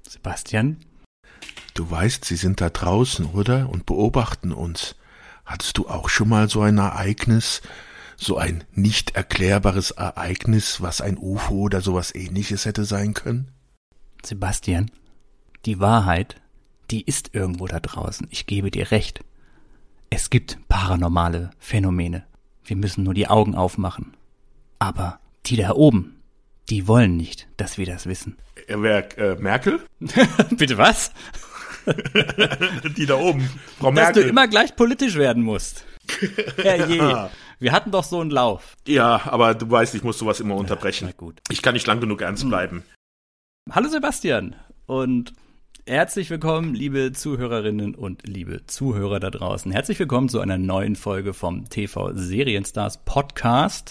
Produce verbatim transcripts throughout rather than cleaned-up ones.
Sebastian? Du weißt, sie sind da draußen, oder? Und beobachten uns. Hattest du auch schon mal so ein Ereignis, so ein nicht erklärbares Ereignis, was ein U F O oder sowas Ähnliches hätte sein können? Sebastian, die Wahrheit, die ist irgendwo da draußen. Ich gebe dir recht. Es gibt paranormale Phänomene. Wir müssen nur die Augen aufmachen. Aber die da oben, die wollen nicht, dass wir das wissen. Wer, äh, Merkel? Bitte was? Die da oben, Frau Dass Merkel. du immer gleich politisch werden musst. Herrje, wir hatten doch so einen Lauf. Ja, aber du weißt, ich muss sowas immer unterbrechen. Na gut. Ich kann nicht lang genug ernst bleiben. Hallo Sebastian und herzlich willkommen, liebe Zuhörerinnen und liebe Zuhörer da draußen. Herzlich willkommen zu einer neuen Folge vom T V Serienstars Podcast.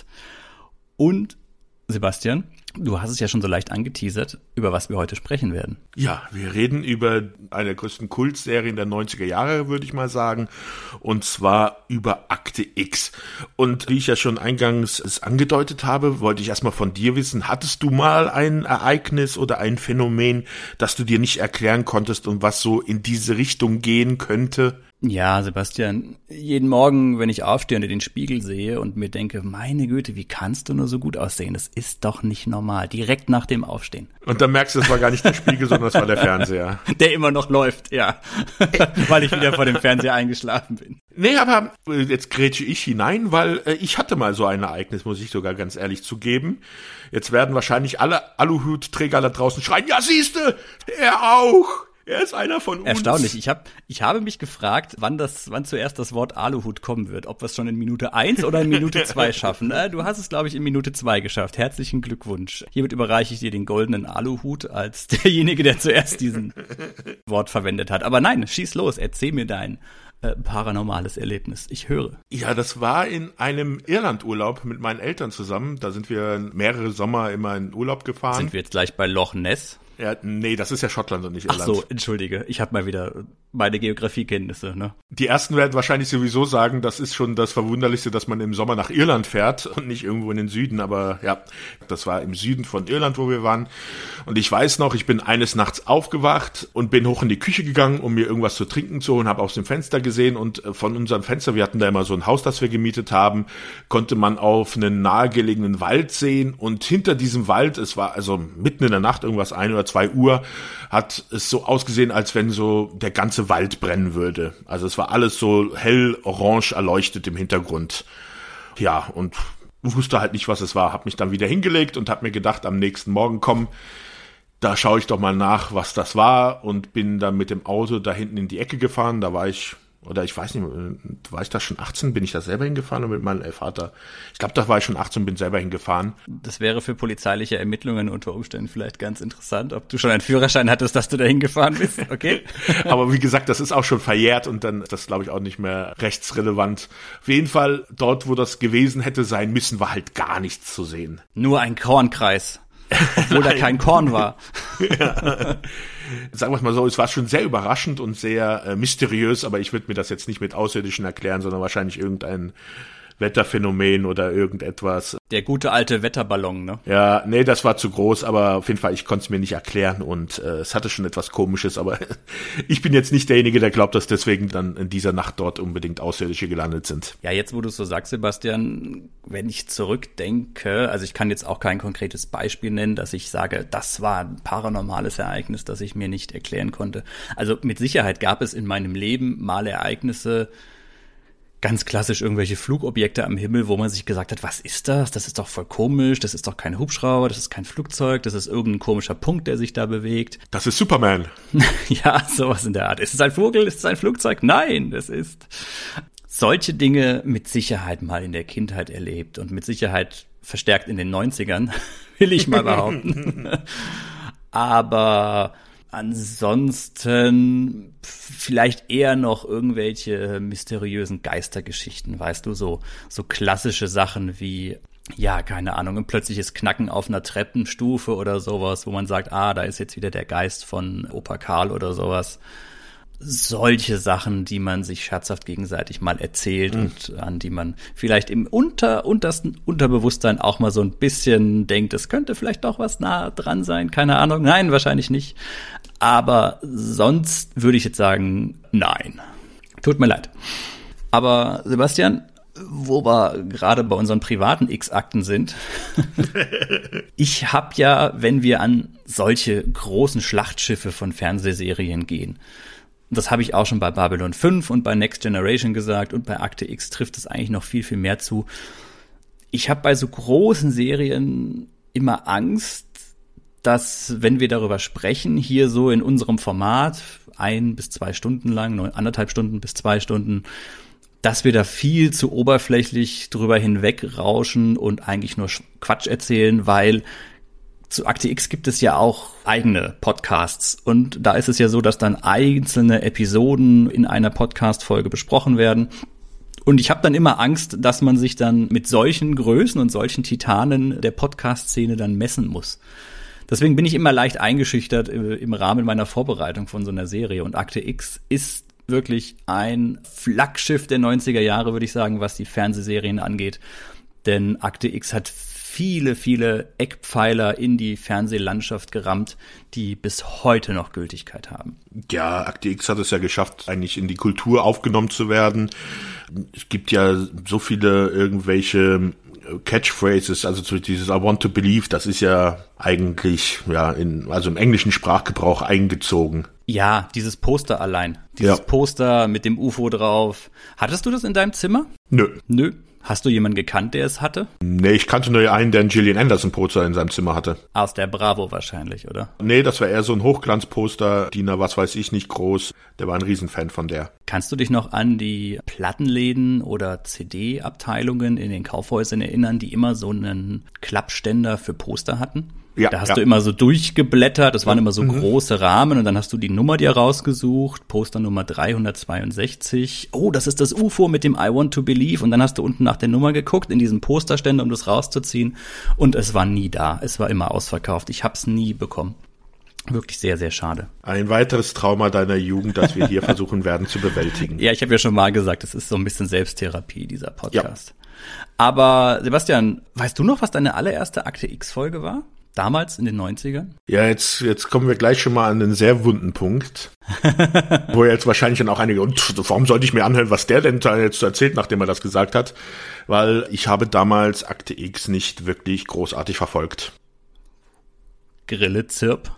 Und Sebastian, du hast es ja schon so leicht angeteasert, über was wir heute sprechen werden. Ja, wir reden über eine der größten Kultserien der neunziger Jahre, würde ich mal sagen, und zwar über Akte X. Und wie ich ja schon eingangs es angedeutet habe, wollte ich erstmal von dir wissen, hattest du mal ein Ereignis oder ein Phänomen, das du dir nicht erklären konntest und was so in diese Richtung gehen könnte? Ja, Sebastian, jeden Morgen, wenn ich aufstehe und in den Spiegel sehe und mir denke, meine Güte, wie kannst du nur so gut aussehen? Das ist doch nicht normal. Direkt nach dem Aufstehen. Und dann merkst du, das war gar nicht der Spiegel, sondern das war der Fernseher. Der immer noch läuft, ja. Weil ich wieder vor dem Fernseher eingeschlafen bin. Nee, aber jetzt grätsche ich hinein, weil äh, ich hatte mal so ein Ereignis, muss ich sogar ganz ehrlich zugeben. Jetzt werden wahrscheinlich alle Aluhutträger da draußen schreien, ja siehste, er auch. Er ist einer von uns. Erstaunlich. Ich, hab, ich habe mich gefragt, wann das, wann zuerst das Wort Aluhut kommen wird. Ob wir es schon in Minute eins oder in Minute zwei schaffen. Äh, du hast es, glaube ich, in Minute zwei geschafft. Herzlichen Glückwunsch. Hiermit überreiche ich dir den goldenen Aluhut als derjenige, der zuerst diesen Wort verwendet hat. Aber nein, schieß los. Erzähl mir dein äh, paranormales Erlebnis. Ich höre. Ja, das war in einem Irlandurlaub mit meinen Eltern zusammen. Da sind wir mehrere Sommer immer in Urlaub gefahren. Sind wir jetzt gleich bei Loch Ness? Ja, nee, das ist ja Schottland und nicht Irland. Ach so, entschuldige, ich habe mal wieder meine Geografiekenntnisse, ne? Die ersten werden wahrscheinlich sowieso sagen, das ist schon das Verwunderlichste, dass man im Sommer nach Irland fährt und nicht irgendwo in den Süden, aber ja, das war im Süden von Irland, wo wir waren. Und ich weiß noch, ich bin eines Nachts aufgewacht und bin hoch in die Küche gegangen, um mir irgendwas zu trinken zu holen, habe aus dem Fenster gesehen und von unserem Fenster, wir hatten da immer so ein Haus, das wir gemietet haben, konnte man auf einen nahegelegenen Wald sehen und hinter diesem Wald, es war also mitten in der Nacht, irgendwas ein oder zwei Uhr, hat es so ausgesehen, als wenn so der ganze Wald brennen würde. Also es war alles so hell orange erleuchtet im Hintergrund. Ja, und wusste halt nicht, was es war. Hab mich dann wieder hingelegt und hab mir gedacht, am nächsten Morgen, komm, da schaue ich doch mal nach, was das war, und bin dann mit dem Auto da hinten in die Ecke gefahren. Da war ich, oder ich weiß nicht, war ich da schon achtzehn? Bin ich da selber hingefahren oder mit meinem Vater? Ich glaube, da war ich schon achtzehn, bin selber hingefahren. Das wäre für polizeiliche Ermittlungen unter Umständen vielleicht ganz interessant, ob du schon einen Führerschein hattest, dass du da hingefahren bist, okay? Aber wie gesagt, das ist auch schon verjährt und dann ist das, glaube ich, auch nicht mehr rechtsrelevant. Auf jeden Fall, dort, wo das gewesen hätte sein müssen, war halt gar nichts zu sehen. Nur ein Kornkreis. Obwohl da kein Korn war. Ja. Sagen wir es mal so, es war schon sehr überraschend und sehr äh, mysteriös, aber ich würde mir das jetzt nicht mit Außerirdischen erklären, sondern wahrscheinlich irgendein Wetterphänomen oder irgendetwas. Der gute alte Wetterballon, ne? Ja, nee, das war zu groß, aber auf jeden Fall, ich konnte es mir nicht erklären und äh, es hatte schon etwas Komisches, aber ich bin jetzt nicht derjenige, der glaubt, dass deswegen dann in dieser Nacht dort unbedingt Außerirdische gelandet sind. Ja, jetzt, wo du es so sagst, Sebastian, wenn ich zurückdenke, also ich kann jetzt auch kein konkretes Beispiel nennen, dass ich sage, das war ein paranormales Ereignis, das ich mir nicht erklären konnte. Also mit Sicherheit gab es in meinem Leben mal Ereignisse, ganz klassisch irgendwelche Flugobjekte am Himmel, wo man sich gesagt hat, was ist das? Das ist doch voll komisch, das ist doch kein Hubschrauber, das ist kein Flugzeug, das ist irgendein komischer Punkt, der sich da bewegt. Das ist Superman. Ja, sowas in der Art. Ist es ein Vogel? Ist es ein Flugzeug? Nein, das ist solche Dinge mit Sicherheit mal in der Kindheit erlebt und mit Sicherheit verstärkt in den neunzigern, will ich mal behaupten. Aber ansonsten vielleicht eher noch irgendwelche mysteriösen Geistergeschichten, weißt du, so so klassische Sachen wie, ja, keine Ahnung, ein plötzliches Knacken auf einer Treppenstufe oder sowas, wo man sagt, ah, da ist jetzt wieder der Geist von Opa Karl oder sowas. Solche Sachen, die man sich scherzhaft gegenseitig mal erzählt mhm. und an die man vielleicht im unter, untersten Unterbewusstsein auch mal so ein bisschen denkt, es könnte vielleicht doch was nah dran sein, keine Ahnung, nein, wahrscheinlich nicht. Aber sonst würde ich jetzt sagen, nein. Tut mir leid. Aber Sebastian, wo wir gerade bei unseren privaten X-Akten sind. Ich habe ja, wenn wir an solche großen Schlachtschiffe von Fernsehserien gehen, das habe ich auch schon bei Babylon fünf und bei Next Generation gesagt und bei Akte X trifft es eigentlich noch viel, viel mehr zu. Ich habe bei so großen Serien immer Angst, dass, wenn wir darüber sprechen, hier so in unserem Format, ein bis zwei Stunden lang, anderthalb Stunden bis zwei Stunden, dass wir da viel zu oberflächlich drüber hinwegrauschen und eigentlich nur Quatsch erzählen, weil zu Akte X gibt es ja auch eigene Podcasts und da ist es ja so, dass dann einzelne Episoden in einer Podcast-Folge besprochen werden. Und ich habe dann immer Angst, dass man sich dann mit solchen Größen und solchen Titanen der Podcast-Szene dann messen muss. Deswegen bin ich immer leicht eingeschüchtert im Rahmen meiner Vorbereitung von so einer Serie. Und Akte X ist wirklich ein Flaggschiff der neunziger Jahre, würde ich sagen, was die Fernsehserien angeht. Denn Akte X hat viele, viele Eckpfeiler in die Fernsehlandschaft gerammt, die bis heute noch Gültigkeit haben. Ja, Akte X hat es ja geschafft, eigentlich in die Kultur aufgenommen zu werden. Es gibt ja so viele irgendwelche Catchphrases, also so dieses I want to believe, das ist ja eigentlich ja in also im englischen Sprachgebrauch eingezogen. Ja, dieses Poster allein. Dieses ja. Poster mit dem U F O drauf. Hattest du das in deinem Zimmer? Nö. Nö. Hast du jemanden gekannt, der es hatte? Nee, ich kannte nur einen, der einen Gillian Anderson-Poster in seinem Zimmer hatte. Aus der Bravo wahrscheinlich, oder? Nee, das war eher so ein Hochglanzposter, D I N A, was weiß ich, nicht groß. Der war ein Riesenfan von der. Kannst du dich noch an die Plattenläden oder C D-Abteilungen in den Kaufhäusern erinnern, die immer so einen Klappständer für Poster hatten? Ja, da hast ja. du immer so durchgeblättert, das waren immer so mhm. große Rahmen und dann hast du die Nummer dir rausgesucht, Poster Nummer dreihundertzweiundsechzig. Oh, das ist das U F O mit dem I want to believe und dann hast du unten nach der Nummer geguckt in diesen Posterständer, um das rauszuziehen und es war nie da, es war immer ausverkauft, ich hab's nie bekommen. Wirklich sehr, sehr schade. Ein weiteres Trauma deiner Jugend, das wir hier versuchen werden zu bewältigen. Ja, ich habe ja schon mal gesagt, es ist so ein bisschen Selbsttherapie, dieser Podcast. Ja. Aber Sebastian, weißt du noch, was deine allererste Akte X-Folge war? Damals in den neunzigern? Ja, jetzt jetzt kommen wir gleich schon mal an einen sehr wunden Punkt, wo jetzt wahrscheinlich dann auch einige, und warum sollte ich mir anhören, was der denn da jetzt erzählt, nachdem er das gesagt hat? Weil ich habe damals Akte X nicht wirklich großartig verfolgt. Grille, Zirp.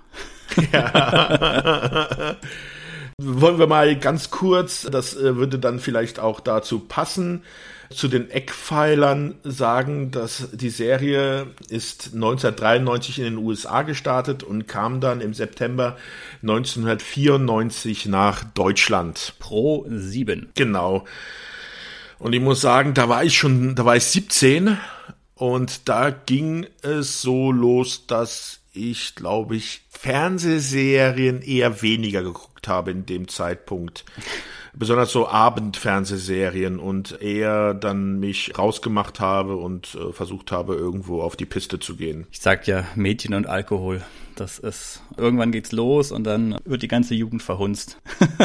Ja. Wollen wir mal ganz kurz, das äh, würde dann vielleicht auch dazu passen, zu den Eckpfeilern sagen, dass die Serie ist neunzehnhundertdreiundneunzig in den U S A gestartet und kam dann im September neunzehnhundertvierundneunzig nach Deutschland. Pro sieben. Genau. Und ich muss sagen, da war ich schon, da war ich siebzehn und da ging es so los, dass ich, glaube ich, Fernsehserien eher weniger geguckt habe in dem Zeitpunkt. Besonders so Abendfernsehserien und eher dann mich rausgemacht habe und äh, versucht habe, irgendwo auf die Piste zu gehen. Ich sag ja, Mädchen und Alkohol. Das ist, irgendwann geht's los und dann wird die ganze Jugend verhunzt.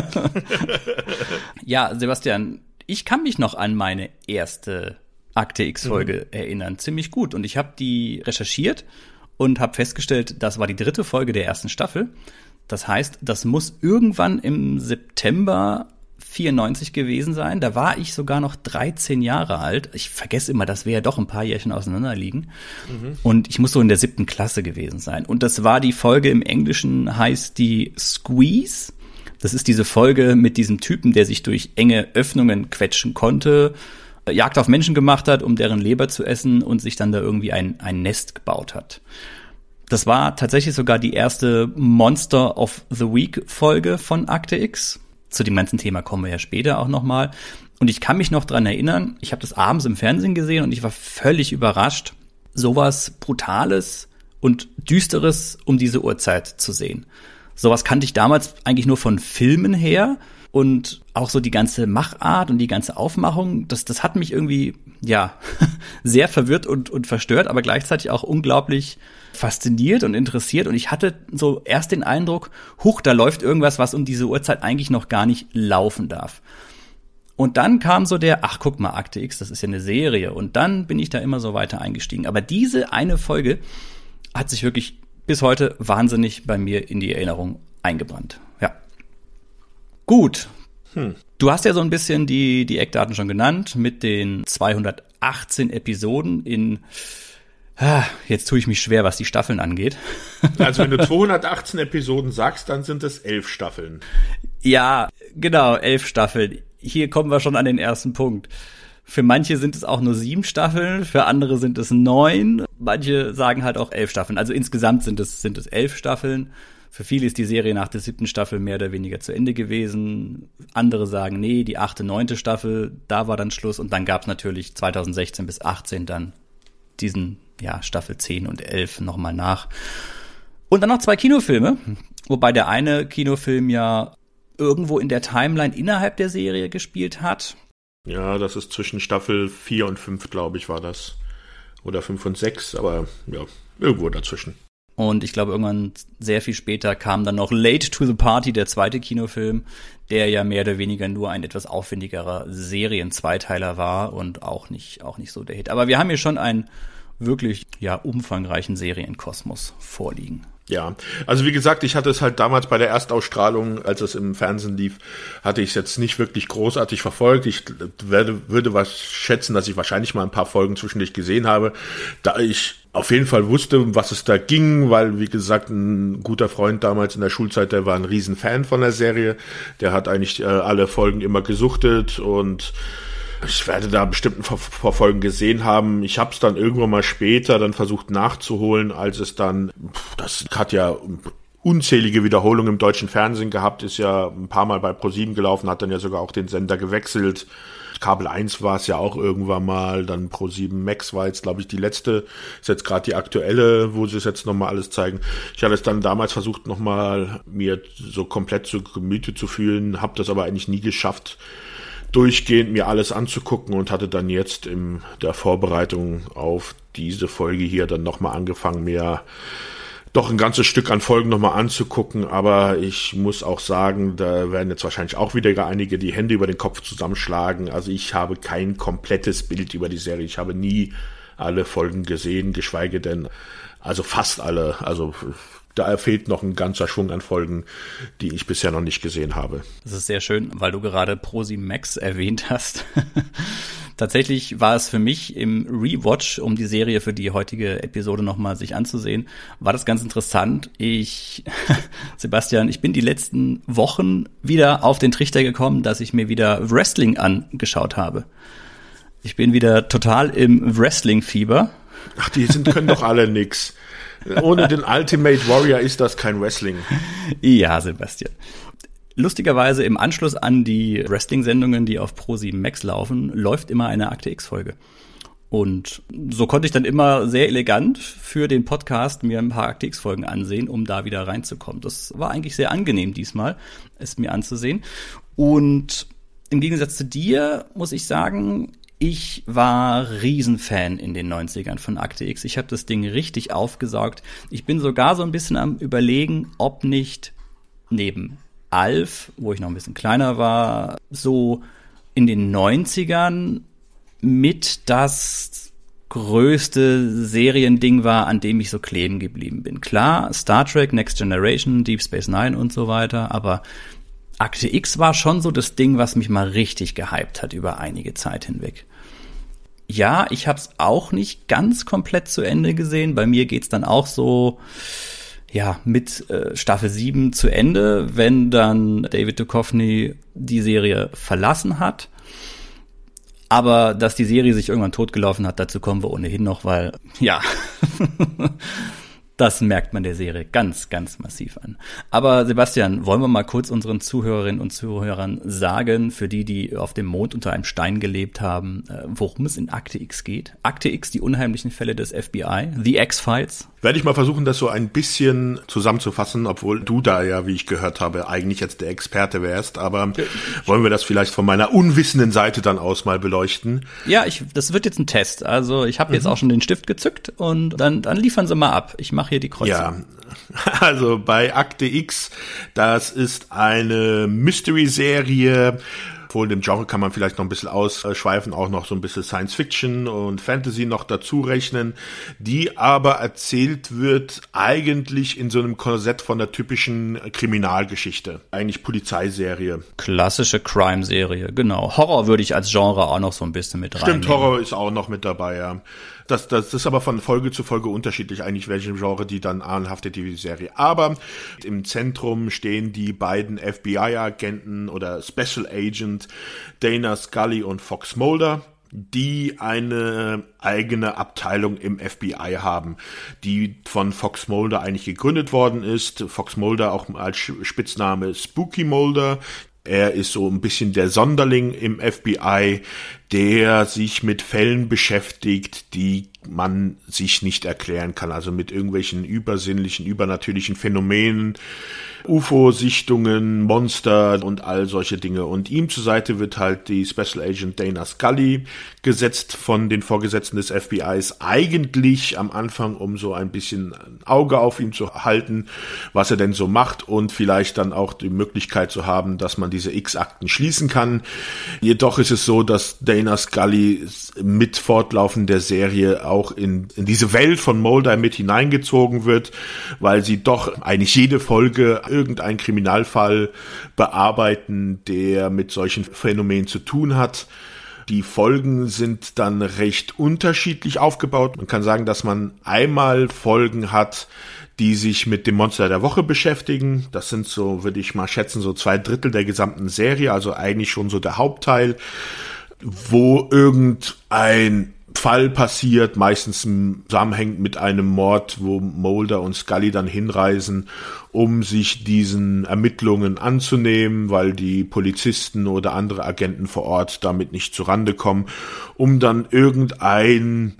Ja, Sebastian, ich kann mich noch an meine erste Akte X-Folge mhm. erinnern. Ziemlich gut. Und ich habe die recherchiert und habe festgestellt, das war die dritte Folge der ersten Staffel. Das heißt, das muss irgendwann im September vierundneunzig gewesen sein. Da war ich sogar noch dreizehn Jahre alt. Ich vergesse immer, dass wir ja doch ein paar Jährchen auseinander liegen. Mhm. Und ich muss so in der siebten Klasse gewesen sein. Und das war die Folge, im Englischen heißt die Squeeze. Das ist diese Folge mit diesem Typen, der sich durch enge Öffnungen quetschen konnte, Jagd auf Menschen gemacht hat, um deren Leber zu essen und sich dann da irgendwie ein, ein Nest gebaut hat. Das war tatsächlich sogar die erste Monster of the Week Folge von Akte X. Zu dem ganzen Thema kommen wir ja später auch nochmal. Und ich kann mich noch dran erinnern, ich habe das abends im Fernsehen gesehen und ich war völlig überrascht, sowas Brutales und Düsteres um diese Uhrzeit zu sehen. Sowas kannte ich damals eigentlich nur von Filmen her. Und auch so die ganze Machart und die ganze Aufmachung, das, das hat mich irgendwie, ja, sehr verwirrt und, und verstört, aber gleichzeitig auch unglaublich fasziniert und interessiert. Und ich hatte so erst den Eindruck, huch, da läuft irgendwas, was um diese Uhrzeit eigentlich noch gar nicht laufen darf. Und dann kam so der, ach, guck mal, Akte X, das ist ja eine Serie. Und dann bin ich da immer so weiter eingestiegen. Aber diese eine Folge hat sich wirklich bis heute wahnsinnig bei mir in die Erinnerung eingebrannt. Ja. Gut. Hm. Du hast ja so ein bisschen die, die Eckdaten schon genannt mit den zweihundertachtzehn Episoden in, ah, jetzt tue ich mich schwer, was die Staffeln angeht. Also wenn du zweihundertachtzehn Episoden sagst, dann sind es elf Staffeln. Ja, genau, elf Staffeln. Hier kommen wir schon an den ersten Punkt. Für manche sind es auch nur sieben Staffeln, für andere sind es neun. Manche sagen halt auch elf Staffeln. Also insgesamt sind es, sind es elf Staffeln. Für viele ist die Serie nach der siebten Staffel mehr oder weniger zu Ende gewesen. Andere sagen, nee, die achte, neunte Staffel, da war dann Schluss. Und dann gab es natürlich zweitausendsechzehn bis achtzehn dann diesen, ja, Staffel zehn und elf nochmal nach. Und dann noch zwei Kinofilme, wobei der eine Kinofilm ja irgendwo in der Timeline innerhalb der Serie gespielt hat. Ja, das ist zwischen Staffel vier und fünf, glaube ich, war das. Oder fünf und sechs, aber ja, irgendwo dazwischen. Und ich glaube, irgendwann sehr viel später kam dann noch Late to the Party, der zweite Kinofilm, der ja mehr oder weniger nur ein etwas aufwendigerer Serien-Zweiteiler war und auch nicht, auch nicht so der Hit. Aber wir haben hier schon einen wirklich, ja, umfangreichen Serienkosmos vorliegen. Ja, also wie gesagt, ich hatte es halt damals bei der Erstausstrahlung, als es im Fernsehen lief, hatte ich es jetzt nicht wirklich großartig verfolgt. Ich werde, würde was schätzen, dass ich wahrscheinlich mal ein paar Folgen zwischendurch gesehen habe, da ich auf jeden Fall wusste, um was es da ging, weil, wie gesagt, ein guter Freund damals in der Schulzeit, der war ein Riesenfan von der Serie. Der hat eigentlich äh, alle Folgen immer gesuchtet und ich werde da bestimmt ein paar Folgen gesehen haben. Ich habe es dann irgendwann mal später dann versucht nachzuholen, als es dann, das hat ja unzählige Wiederholungen im deutschen Fernsehen gehabt, ist ja ein paar Mal bei ProSieben gelaufen, hat dann ja sogar auch den Sender gewechselt. Kabel eins war es ja auch irgendwann mal, dann ProSieben Max war jetzt, glaube ich, die letzte, ist jetzt gerade die aktuelle, wo sie es jetzt nochmal alles zeigen. Ich hatte es dann damals versucht, nochmal mir so komplett zu Gemüte zu fühlen, habe das aber eigentlich nie geschafft, durchgehend mir alles anzugucken und hatte dann jetzt in der Vorbereitung auf diese Folge hier dann nochmal angefangen, mir doch ein ganzes Stück an Folgen nochmal anzugucken, aber ich muss auch sagen, da werden jetzt wahrscheinlich auch wieder einige die Hände über den Kopf zusammenschlagen. Also ich habe kein komplettes Bild über die Serie. Ich habe nie alle Folgen gesehen, geschweige denn, also fast alle, also da fehlt noch ein ganzer Schwung an Folgen, die ich bisher noch nicht gesehen habe. Das ist sehr schön, weil du gerade ProSieben Max erwähnt hast. Tatsächlich war es für mich im Rewatch, um die Serie für die heutige Episode nochmal sich anzusehen, war das ganz interessant. Ich, Sebastian, ich bin die letzten Wochen wieder auf den Trichter gekommen, dass ich mir wieder Wrestling angeschaut habe. Ich bin wieder total im Wrestling-Fieber. Ach, die sind, können doch alle nix. Ohne den Ultimate Warrior ist das kein Wrestling. Ja, Sebastian. Lustigerweise im Anschluss an die Wrestling-Sendungen, die auf ProSieben Max laufen, läuft immer eine Akte X-Folge. Und so konnte ich dann immer sehr elegant für den Podcast mir ein paar Akte X-Folgen ansehen, um da wieder reinzukommen. Das war eigentlich sehr angenehm diesmal, es mir anzusehen. Und im Gegensatz zu dir muss ich sagen, ich war Riesenfan in den neunzigern von Akte X. Ich habe das Ding richtig aufgesaugt. Ich bin sogar so ein bisschen am Überlegen, ob nicht neben Alf, wo ich noch ein bisschen kleiner war, so in den neunzigern mit das größte Seriending war, an dem ich so kleben geblieben bin. Klar, Star Trek, Next Generation, Deep Space Nine und so weiter, aber Akte X war schon so das Ding, was mich mal richtig gehypt hat über einige Zeit hinweg. Ja, ich hab's auch nicht ganz komplett zu Ende gesehen. Bei mir geht's dann auch so, ja, mit äh, Staffel sieben zu Ende, wenn dann David Duchovny die Serie verlassen hat. Aber dass die Serie sich irgendwann totgelaufen hat, dazu kommen wir ohnehin noch, weil, ja, das merkt man der Serie ganz, ganz massiv an. Aber Sebastian, wollen wir mal kurz unseren Zuhörerinnen und Zuhörern sagen, für die, die auf dem Mond unter einem Stein gelebt haben, worum es in Akte X geht? Akte X, die unheimlichen Fälle des F B I, The X-Files. Werde ich mal versuchen, das so ein bisschen zusammenzufassen, obwohl du da ja, wie ich gehört habe, eigentlich jetzt der Experte wärst. Aber wollen wir das vielleicht von meiner unwissenden Seite dann aus mal beleuchten? Ja, ich, das wird jetzt ein Test. Also ich habe mhm. jetzt auch schon den Stift gezückt und dann, dann liefern Sie mal ab. Ich mache hier die Kreuzung. Ja, also bei Akte X, das ist eine Mystery-Serie Vor dem Genre kann man vielleicht noch ein bisschen ausschweifen, auch noch so ein bisschen Science Fiction und Fantasy noch dazu rechnen, die aber erzählt wird eigentlich in so einem Korsett von der typischen Kriminalgeschichte. Eigentlich Polizeiserie. Klassische Crime-Serie, genau. Horror würde ich als Genre auch noch so ein bisschen mit rein. Stimmt, Horror ist auch noch mit dabei, ja. Das, das ist aber von Folge zu Folge unterschiedlich, eigentlich welchem Genre die dann anhaftet, die Serie. Aber im Zentrum stehen die beiden F B I-Agenten oder Special Agent Dana Scully und Fox Mulder, die eine eigene Abteilung im F B I haben, die von Fox Mulder eigentlich gegründet worden ist. Fox Mulder auch als Spitzname Spooky Mulder. Er ist so ein bisschen der Sonderling im F B I, der sich mit Fällen beschäftigt, die man sich nicht erklären kann. Also mit irgendwelchen übersinnlichen, übernatürlichen Phänomenen, U F O-Sichtungen, Monster und all solche Dinge. Und ihm zur Seite wird halt die Special Agent Dana Scully gesetzt von den Vorgesetzten des F B Is. Eigentlich am Anfang, um so ein bisschen ein Auge auf ihn zu halten, was er denn so macht und vielleicht dann auch die Möglichkeit zu haben, dass man diese X-Akten schließen kann. Jedoch ist es so, dass Dana Scully mit Fortlaufen der Serie auch in, in diese Welt von Mulder mit hineingezogen wird, weil sie doch eigentlich jede Folge irgendeinen Kriminalfall bearbeiten, der mit solchen Phänomenen zu tun hat. Die Folgen sind dann recht unterschiedlich aufgebaut. Man kann sagen, dass man einmal Folgen hat, die sich mit dem Monster der Woche beschäftigen. Das sind so, würde ich mal schätzen, so zwei Drittel der gesamten Serie, also eigentlich schon so der Hauptteil, wo irgendein Fall passiert, meistens zusammenhängt mit einem Mord, wo Mulder und Scully dann hinreisen, um sich diesen Ermittlungen anzunehmen, weil die Polizisten oder andere Agenten vor Ort damit nicht zurande kommen, um dann irgendein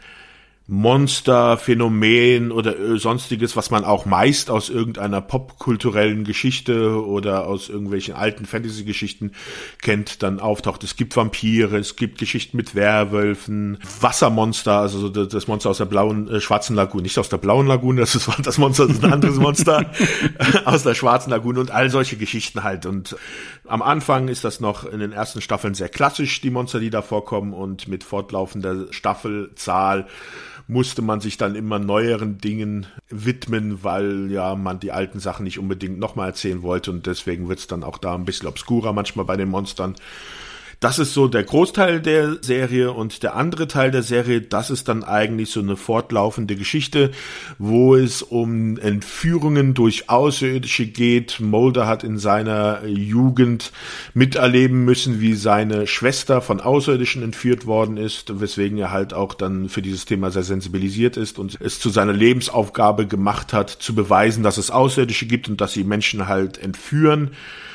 Monsterphänomen oder sonstiges, was man auch meist aus irgendeiner popkulturellen Geschichte oder aus irgendwelchen alten Fantasy-Geschichten kennt, dann auftaucht. Es gibt Vampire, es gibt Geschichten mit Werwölfen, Wassermonster, also das Monster aus der blauen, äh, schwarzen Lagune, nicht aus der blauen Lagune, das ist das Monster, das ist ein anderes Monster, aus der schwarzen Lagune und all solche Geschichten halt. Und am Anfang ist das noch in den ersten Staffeln sehr klassisch, die Monster, die da vorkommen, und mit fortlaufender Staffelzahl musste man sich dann immer neueren Dingen widmen, weil ja man die alten Sachen nicht unbedingt nochmal erzählen wollte, und deswegen wird's dann auch da ein bisschen obskurer manchmal bei den Monstern. Das ist so der Großteil der Serie, und der andere Teil der Serie, das ist dann eigentlich so eine fortlaufende Geschichte, wo es um Entführungen durch Außerirdische geht. Mulder hat in seiner Jugend miterleben müssen, wie seine Schwester von Außerirdischen entführt worden ist, weswegen er halt auch dann für dieses Thema sehr sensibilisiert ist und es zu seiner Lebensaufgabe gemacht hat, zu beweisen, dass es Außerirdische gibt und dass sie Menschen halt entführen.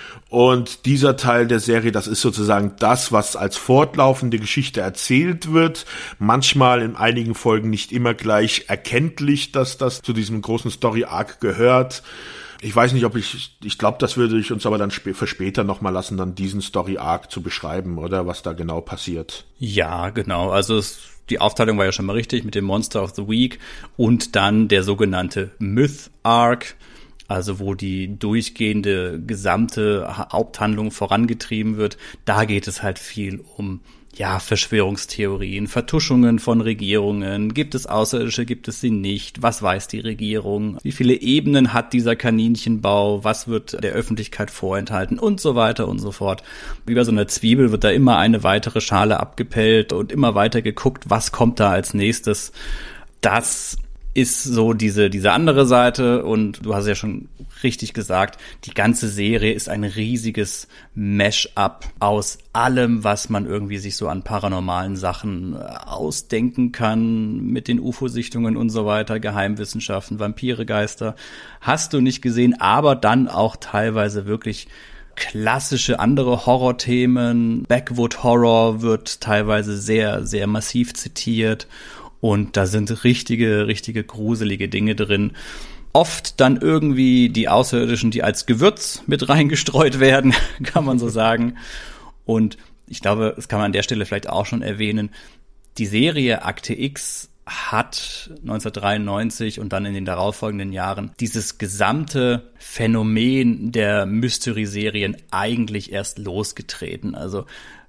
Und dieser Teil der Serie, das ist sozusagen das, was als fortlaufende Geschichte erzählt wird. Manchmal in einigen Folgen nicht immer gleich erkenntlich, dass das zu diesem großen Story-Arc gehört. Ich weiß nicht, ob ich, ich glaube, das würde ich uns aber dann sp- für später nochmal lassen, dann diesen Story-Arc zu beschreiben, oder was da genau passiert. Ja, genau. Also es, die Aufteilung war ja schon mal richtig mit dem Monster of the Week und dann der sogenannte Myth-Arc. Also wo die durchgehende gesamte Haupthandlung vorangetrieben wird. Da geht es halt viel um, ja, Verschwörungstheorien, Vertuschungen von Regierungen. Gibt es Außerirdische, gibt es sie nicht? Was weiß die Regierung? Wie viele Ebenen hat dieser Kaninchenbau? Was wird der Öffentlichkeit vorenthalten? Und so weiter und so fort. Wie bei so einer Zwiebel wird da immer eine weitere Schale abgepellt und immer weiter geguckt, was kommt da als nächstes. Das ist so diese diese andere Seite, und du hast ja schon richtig gesagt, die ganze Serie ist ein riesiges Mash-up aus allem, was man irgendwie sich so an paranormalen Sachen ausdenken kann, mit den U F O-Sichtungen und so weiter, Geheimwissenschaften, Vampire, Geister, hast du nicht gesehen, aber dann auch teilweise wirklich klassische andere Horrorthemen. Backwood Horror wird teilweise sehr, sehr massiv zitiert. Und da sind richtige, richtige gruselige Dinge drin. Oft dann irgendwie die Außerirdischen, die als Gewürz mit reingestreut werden, kann man so sagen. Und ich glaube, das kann man an der Stelle vielleicht auch schon erwähnen. Die Serie Akte X hat neunzehnhundertdreiundneunzig und dann in den darauffolgenden Jahren dieses gesamte Phänomen der Mystery-Serien eigentlich erst losgetreten. Also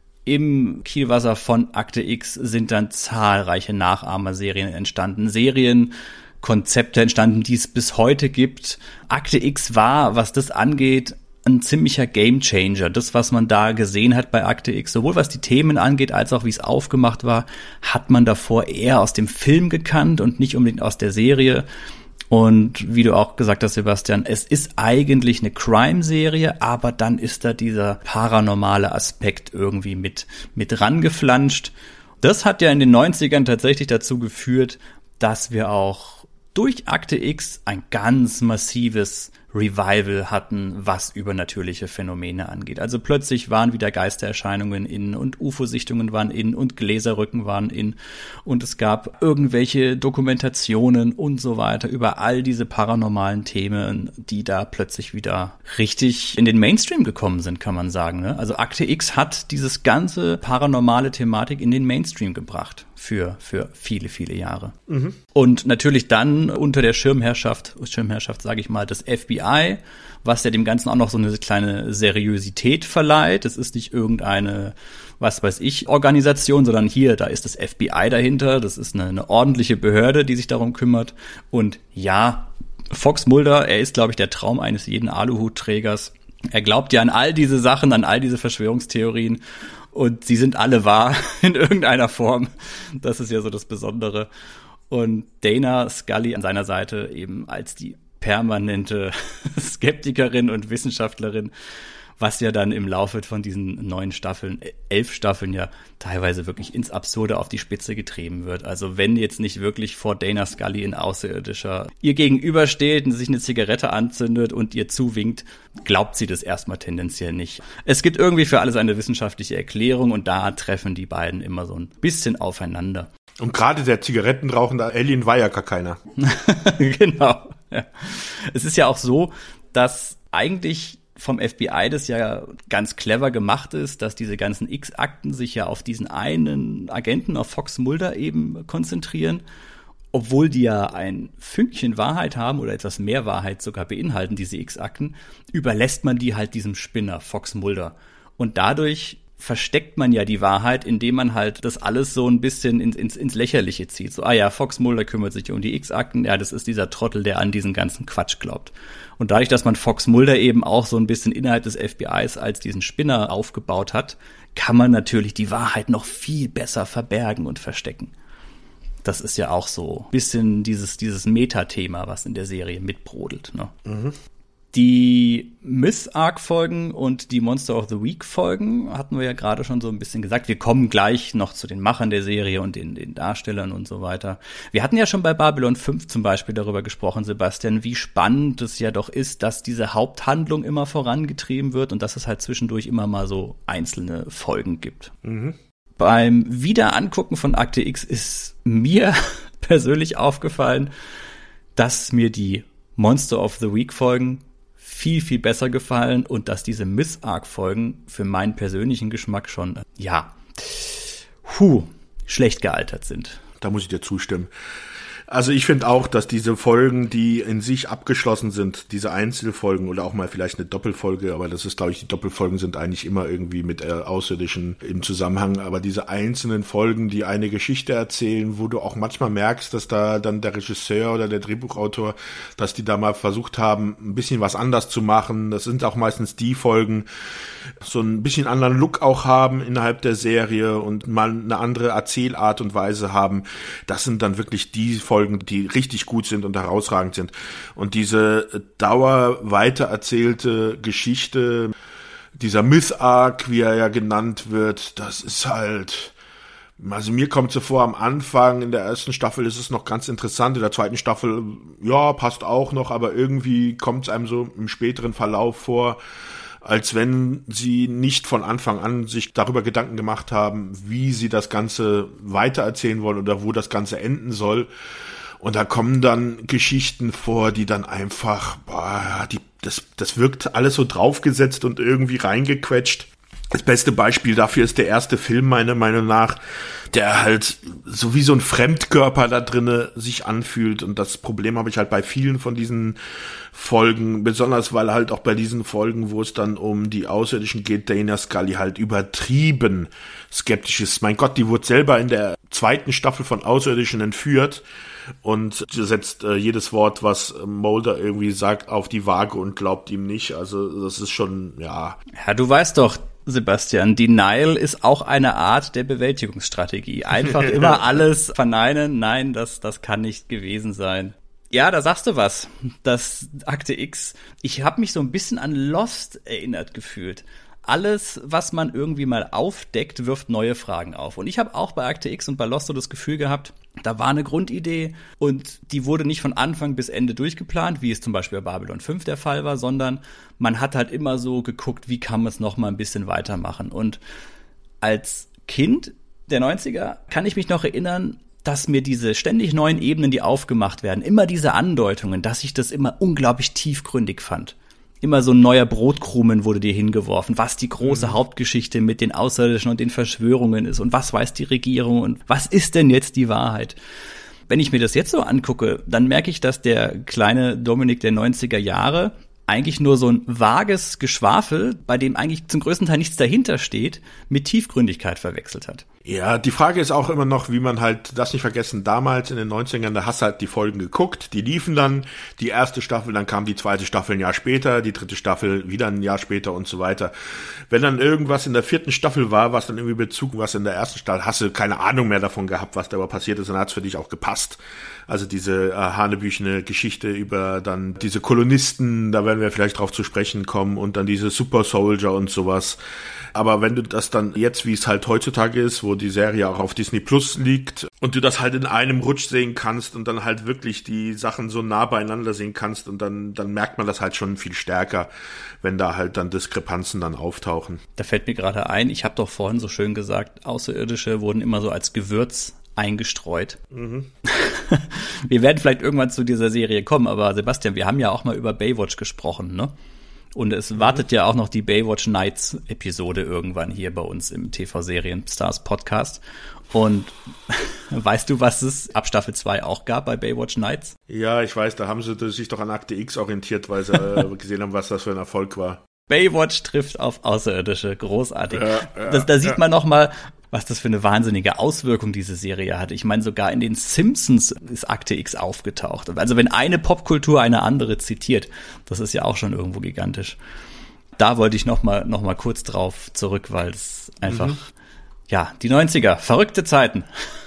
im Kielwasser von Akte X sind dann zahlreiche Nachahmerserien entstanden. Serien, Konzepte entstanden, die es bis heute gibt. Akte X war, was das angeht, ein ziemlicher Gamechanger. Das, was man da gesehen hat bei Akte X, sowohl was die Themen angeht, als auch wie es aufgemacht war, hat man davor eher aus dem Film gekannt und nicht unbedingt aus der Serie. Und wie du auch gesagt hast, Sebastian, es ist eigentlich eine Crime-Serie, aber dann ist da dieser paranormale Aspekt irgendwie mit, mit rangeflanscht. Das hat ja in den neunzigern tatsächlich dazu geführt, dass wir auch durch Akte X ein ganz massives Revival hatten, was übernatürliche Phänomene angeht. Also plötzlich waren wieder Geistererscheinungen in und U F O-Sichtungen waren in und Gläserrücken waren in und es gab irgendwelche Dokumentationen und so weiter über all diese paranormalen Themen, die da plötzlich wieder richtig in den Mainstream gekommen sind, kann man sagen. Ne? Also Akte X hat dieses ganze paranormale Thematik in den Mainstream gebracht für für viele, viele Jahre. Mhm. Und natürlich dann unter der Schirmherrschaft, Schirmherrschaft sage ich mal, des F B I, was ja dem Ganzen auch noch so eine kleine Seriosität verleiht. Es ist nicht irgendeine, was weiß ich, Organisation, sondern hier, da ist das F B I dahinter. Das ist eine, eine ordentliche Behörde, die sich darum kümmert. Und ja, Fox Mulder, er ist, glaube ich, der Traum eines jeden Aluhutträgers. Er glaubt ja an all diese Sachen, an all diese Verschwörungstheorien. Und sie sind alle wahr in irgendeiner Form. Das ist ja so das Besondere. Und Dana Scully an seiner Seite eben als die permanente Skeptikerin und Wissenschaftlerin, was ja dann im Laufe von diesen neun Staffeln, elf Staffeln ja teilweise wirklich ins Absurde auf die Spitze getrieben wird. Also wenn jetzt nicht wirklich vor Dana Scully ein Außerirdischer ihr gegenübersteht und sich eine Zigarette anzündet und ihr zuwinkt, glaubt sie das erstmal tendenziell nicht. Es gibt irgendwie für alles eine wissenschaftliche Erklärung und da treffen die beiden immer so ein bisschen aufeinander. Und gerade der zigarettenrauchende Alien war ja gar keiner. Genau. Ja. Es ist ja auch so, dass eigentlich vom F B I das ja ganz clever gemacht ist, dass diese ganzen X-Akten sich ja auf diesen einen Agenten, auf Fox Mulder eben konzentrieren, obwohl die ja ein Fünkchen Wahrheit haben oder etwas mehr Wahrheit sogar beinhalten, diese X-Akten, überlässt man die halt diesem Spinner, Fox Mulder. Und dadurch versteckt man ja die Wahrheit, indem man halt das alles so ein bisschen ins, ins, ins Lächerliche zieht. So, ah ja, Fox Mulder kümmert sich um die X-Akten, ja, das ist dieser Trottel, der an diesen ganzen Quatsch glaubt. Und dadurch, dass man Fox Mulder eben auch so ein bisschen innerhalb des F B Is als diesen Spinner aufgebaut hat, kann man natürlich die Wahrheit noch viel besser verbergen und verstecken. Das ist ja auch so ein bisschen dieses, dieses Metathema, was in der Serie mitbrodelt, ne? Mhm. Die Myth-Arc-Folgen und die Monster of the Week-Folgen hatten wir ja gerade schon so ein bisschen gesagt. Wir kommen gleich noch zu den Machern der Serie und den, den Darstellern und so weiter. Wir hatten ja schon bei Babylon fünf zum Beispiel darüber gesprochen, Sebastian, wie spannend es ja doch ist, dass diese Haupthandlung immer vorangetrieben wird und dass es halt zwischendurch immer mal so einzelne Folgen gibt. Mhm. Beim Wiederangucken von Akte X ist mir persönlich aufgefallen, dass mir die Monster of the Week-Folgen viel, viel besser gefallen und dass diese Myth-Arc-Folgen für meinen persönlichen Geschmack schon, ja, hu, schlecht gealtert sind. Da muss ich dir zustimmen. Also ich finde auch, dass diese Folgen, die in sich abgeschlossen sind, diese Einzelfolgen oder auch mal vielleicht eine Doppelfolge, aber das ist, glaube ich, die Doppelfolgen sind eigentlich immer irgendwie mit äh, Außerirdischen im Zusammenhang, aber diese einzelnen Folgen, die eine Geschichte erzählen, wo du auch manchmal merkst, dass da dann der Regisseur oder der Drehbuchautor, dass die da mal versucht haben, ein bisschen was anders zu machen. Das sind auch meistens die Folgen, so ein bisschen anderen Look auch haben innerhalb der Serie und mal eine andere Erzählart und Weise haben. Das sind dann wirklich die Folgen, die richtig gut sind und herausragend sind. Und diese Dauer weitererzählte Geschichte, dieser Myth-Arc, wie er ja genannt wird, das ist halt, also mir kommt so vor, am Anfang in der ersten Staffel ist es noch ganz interessant, in der zweiten Staffel, ja, passt auch noch, aber irgendwie kommt es einem so im späteren Verlauf vor, als wenn sie nicht von Anfang an sich darüber Gedanken gemacht haben, wie sie das Ganze weitererzählen wollen oder wo das Ganze enden soll. Und da kommen dann Geschichten vor, die dann einfach, boah, die, das, das wirkt alles so draufgesetzt und irgendwie reingequetscht. Das beste Beispiel dafür ist der erste Film, meiner Meinung nach, der halt so wie so ein Fremdkörper da drinne sich anfühlt. Und das Problem habe ich halt bei vielen von diesen Folgen, besonders weil halt auch bei diesen Folgen, wo es dann um die Außerirdischen geht, Dana Scully halt übertrieben skeptisch ist. Mein Gott, die wurde selber in der zweiten Staffel von Außerirdischen entführt und setzt äh, jedes Wort, was Mulder irgendwie sagt, auf die Waage und glaubt ihm nicht. Also das ist schon, ja. Ja, du weißt doch, Sebastian, Denial ist auch eine Art der Bewältigungsstrategie. Einfach immer alles verneinen. Nein, das, das kann nicht gewesen sein. Ja, da sagst du was. Das Akte X. Ich habe mich so ein bisschen an Lost erinnert gefühlt. Alles, was man irgendwie mal aufdeckt, wirft neue Fragen auf. Und ich habe auch bei Akte X und bei Lost so das Gefühl gehabt, da war eine Grundidee und die wurde nicht von Anfang bis Ende durchgeplant, wie es zum Beispiel bei Babylon fünf der Fall war, sondern man hat halt immer so geguckt, wie kann man es noch mal ein bisschen weitermachen. Und als Kind der neunziger kann ich mich noch erinnern, dass mir diese ständig neuen Ebenen, die aufgemacht werden, immer diese Andeutungen, dass ich das immer unglaublich tiefgründig fand. Immer so ein neuer Brotkrumen wurde dir hingeworfen, was die große mhm. Hauptgeschichte mit den Außerirdischen und den Verschwörungen ist und was weiß die Regierung und was ist denn jetzt die Wahrheit. Wenn ich mir das jetzt so angucke, dann merke ich, dass der kleine Dominik der neunziger Jahre eigentlich nur so ein vages Geschwafel, bei dem eigentlich zum größten Teil nichts dahinter steht, mit Tiefgründigkeit verwechselt hat. Ja, die Frage ist auch immer noch, wie man halt, das nicht vergessen, damals in den neunzigern, da hast du halt die Folgen geguckt, die liefen dann, die erste Staffel, dann kam die zweite Staffel ein Jahr später, die dritte Staffel wieder ein Jahr später und so weiter. Wenn dann irgendwas in der vierten Staffel war, was dann irgendwie Bezug was in der ersten Staffel, hast du keine Ahnung mehr davon gehabt, was da aber passiert ist, und dann hat's für dich auch gepasst. Also diese äh, hanebüchene Geschichte über dann diese Kolonisten, da werden wir vielleicht drauf zu sprechen kommen, und dann diese Super Soldier und sowas. Aber wenn du das dann jetzt, wie es halt heutzutage ist, wo die Serie auch auf Disney Plus liegt und du das halt in einem Rutsch sehen kannst und dann halt wirklich die Sachen so nah beieinander sehen kannst, und dann dann merkt man das halt schon viel stärker, wenn da halt dann Diskrepanzen dann auftauchen. Da fällt mir gerade ein, ich habe doch vorhin so schön gesagt, Außerirdische wurden immer so als Gewürz eingestreut. Mhm. Wir werden vielleicht irgendwann zu dieser Serie kommen, aber Sebastian, wir haben ja auch mal über Baywatch gesprochen, ne? Und es mhm. wartet ja auch noch die Baywatch Nights Episode irgendwann hier bei uns im T V-Serien-Stars Podcast. Und weißt du, was es ab Staffel zwei auch gab bei Baywatch Nights? Ja, ich weiß, da haben sie sich doch an Akte X orientiert, weil sie äh, gesehen haben, was das für ein Erfolg war. Baywatch trifft auf Außerirdische, großartig. Ja, ja, das, da sieht ja. man noch mal, was das für eine wahnsinnige Auswirkung diese Serie hatte. Ich meine, sogar in den Simpsons ist Akte X aufgetaucht. Also wenn eine Popkultur eine andere zitiert, das ist ja auch schon irgendwo gigantisch. Da wollte ich noch mal, noch mal kurz drauf zurück, weil es einfach, mhm. ja, die neunziger, verrückte Zeiten.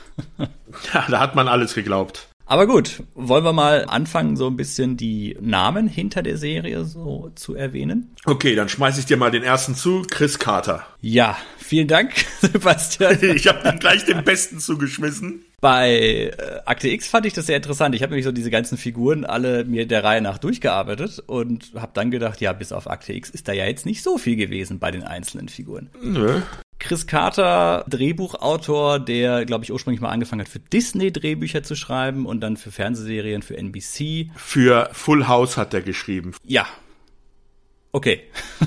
Ja, da hat man alles geglaubt. Aber gut, wollen wir mal anfangen, so ein bisschen die Namen hinter der Serie so zu erwähnen? Okay, dann schmeiß ich dir mal den ersten zu, Chris Carter. Ja, vielen Dank, Sebastian. Ich habe dir gleich den besten zugeschmissen. Bei äh, Akte X fand ich das sehr interessant. Ich habe nämlich so diese ganzen Figuren alle mir der Reihe nach durchgearbeitet und habe dann gedacht, ja, bis auf Akte X ist da ja jetzt nicht so viel gewesen bei den einzelnen Figuren. Nö. Chris Carter, Drehbuchautor, der, glaube ich, ursprünglich mal angefangen hat, für Disney Drehbücher zu schreiben und dann für Fernsehserien, für N B C. Für Full House hat er geschrieben. Ja. Okay.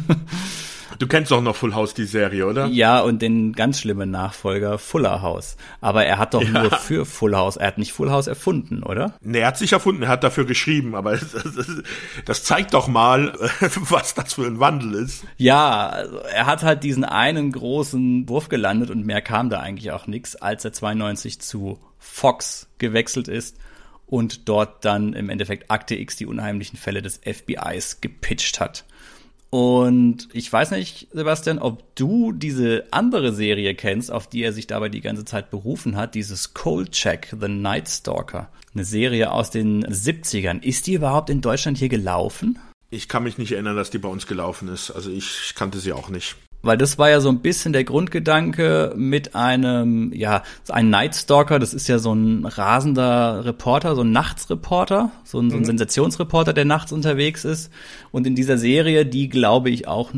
Du kennst doch noch Full House, die Serie, oder? Ja, und den ganz schlimmen Nachfolger Fuller House. Aber er hat doch ja. nur für Full House, er hat nicht Full House erfunden, oder? Nee, er hat sich erfunden, er hat dafür geschrieben, aber das, das, das zeigt doch mal, was das für ein Wandel ist. Ja, also er hat halt diesen einen großen Wurf gelandet und mehr kam da eigentlich auch nix, als er zweiundneunzig zu Fox gewechselt ist und dort dann im Endeffekt Akte X, die unheimlichen Fälle des F B Is, gepitcht hat. Und ich weiß nicht, Sebastian, ob du diese andere Serie kennst, auf die er sich dabei die ganze Zeit berufen hat, dieses Cold Check, The Night Stalker. Eine Serie aus den siebzigern. Ist die überhaupt in Deutschland hier gelaufen? Ich kann mich nicht erinnern, dass die bei uns gelaufen ist. Also ich kannte sie auch nicht. Weil das war ja so ein bisschen der Grundgedanke mit einem, ja, ein Night Stalker, das ist ja so ein rasender Reporter, so ein Nachtsreporter, so ein, so ein mhm. Sensationsreporter, der nachts unterwegs ist. Und in dieser Serie, die, glaube ich, auch nur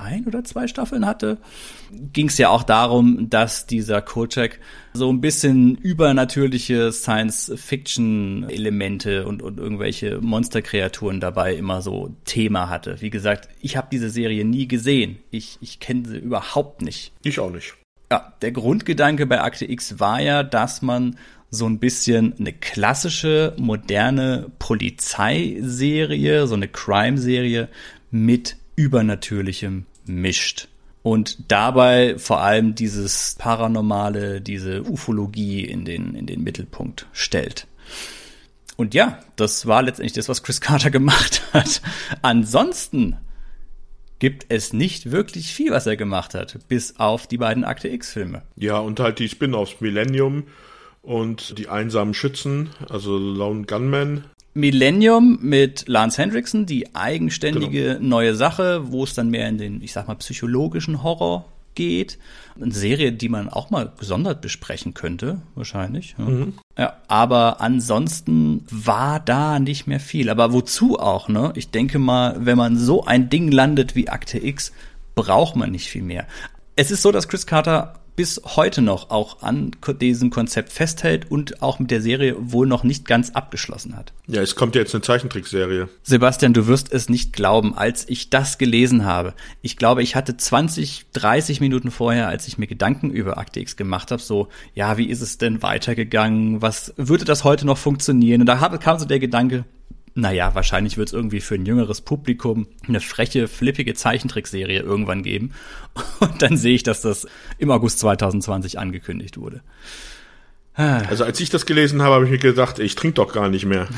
ein oder zwei Staffeln hatte, ging es ja auch darum, dass dieser Kolchak so ein bisschen übernatürliche Science-Fiction-Elemente und, und irgendwelche Monsterkreaturen dabei immer so Thema hatte. Wie gesagt, ich habe diese Serie nie gesehen. Ich, ich kenne sie überhaupt nicht. Ich auch nicht. Ja, der Grundgedanke bei Akte X war ja, dass man so ein bisschen eine klassische, moderne Polizeiserie, so eine Crime-Serie mit Übernatürlichem mischt. Und dabei vor allem dieses Paranormale, diese Ufologie in den, in den Mittelpunkt stellt. Und ja, das war letztendlich das, was Chris Carter gemacht hat. Ansonsten gibt es nicht wirklich viel, was er gemacht hat, bis auf die beiden Akte X-Filme. Ja, und halt die Spin-offs Millennium und die einsamen Schützen, also Lone Gunman. Millennium mit Lance Henriksen, die eigenständige genau. neue Sache, wo es dann mehr in den, ich sag mal, psychologischen Horror geht. Eine Serie, die man auch mal gesondert besprechen könnte, wahrscheinlich. Ja. Mhm. Ja, aber ansonsten war da nicht mehr viel. Aber wozu auch, ne? Ich denke mal, wenn man so ein Ding landet wie Akte X, braucht man nicht viel mehr. Es ist so, dass Chris Carter bis heute noch auch an diesem Konzept festhält und auch mit der Serie wohl noch nicht ganz abgeschlossen hat. Ja, es kommt ja jetzt eine Zeichentrickserie. Sebastian, du wirst es nicht glauben, als ich das gelesen habe. Ich glaube, ich hatte zwanzig, dreißig Minuten vorher, als ich mir Gedanken über Akte X gemacht habe, so, ja, wie ist es denn weitergegangen? Was würde das heute noch funktionieren? Und da kam so der Gedanke, naja, wahrscheinlich wird es irgendwie für ein jüngeres Publikum eine freche, flippige Zeichentrickserie irgendwann geben. Und dann sehe ich, dass das im August zwanzig zwanzig angekündigt wurde. Also als ich das gelesen habe, habe ich mir gedacht, ich trinke doch gar nicht mehr.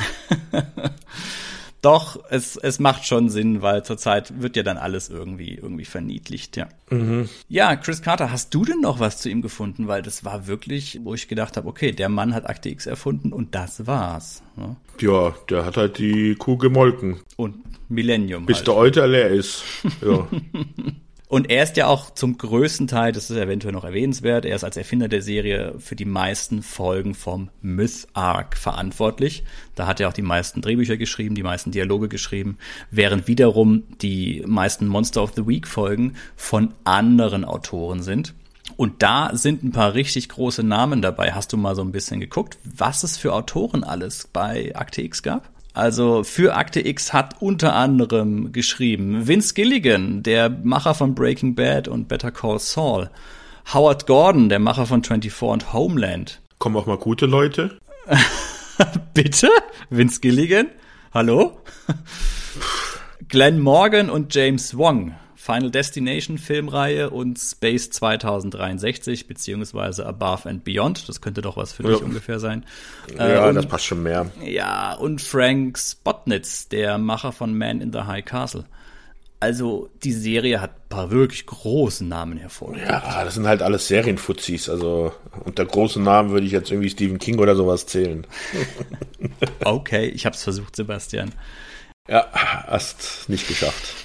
Doch, es, es macht schon Sinn, weil zurzeit wird ja dann alles irgendwie, irgendwie verniedlicht, ja. Mhm. Ja, Chris Carter, hast du denn noch was zu ihm gefunden? Weil das war wirklich, wo ich gedacht habe, okay, der Mann hat Akte X erfunden und das war's. Ne? Ja, der hat halt die Kuh gemolken. Und Millennium. Bis halt. der Euter leer ist. Ja. Und er ist ja auch zum größten Teil, das ist eventuell noch erwähnenswert, er ist als Erfinder der Serie für die meisten Folgen vom Myth Arc verantwortlich. Da hat er auch die meisten Drehbücher geschrieben, die meisten Dialoge geschrieben, während wiederum die meisten Monster of the Week Folgen von anderen Autoren sind. Und da sind ein paar richtig große Namen dabei. Hast du mal so ein bisschen geguckt, was es für Autoren alles bei Akte X gab? Also für Akte X hat unter anderem geschrieben Vince Gilligan, der Macher von Breaking Bad und Better Call Saul. Howard Gordon, der Macher von vierundzwanzig und Homeland. Kommen auch mal gute Leute? Bitte? Vince Gilligan? Hallo? Glenn Morgan und James Wong. Final Destination Filmreihe und Space zwanzig dreiundsechzig beziehungsweise Above and Beyond. Das könnte doch was für dich ja. ungefähr sein. Ja, und, das passt schon mehr. Ja, und Frank Spotnitz, der Macher von Man in the High Castle. Also die Serie hat ein paar wirklich große Namen hervorgebracht. Ja, das sind halt alles Serienfuzis. Also unter großen Namen würde ich jetzt irgendwie Stephen King oder sowas zählen. Okay, ich hab's versucht, Sebastian. Ja, hast nicht geschafft.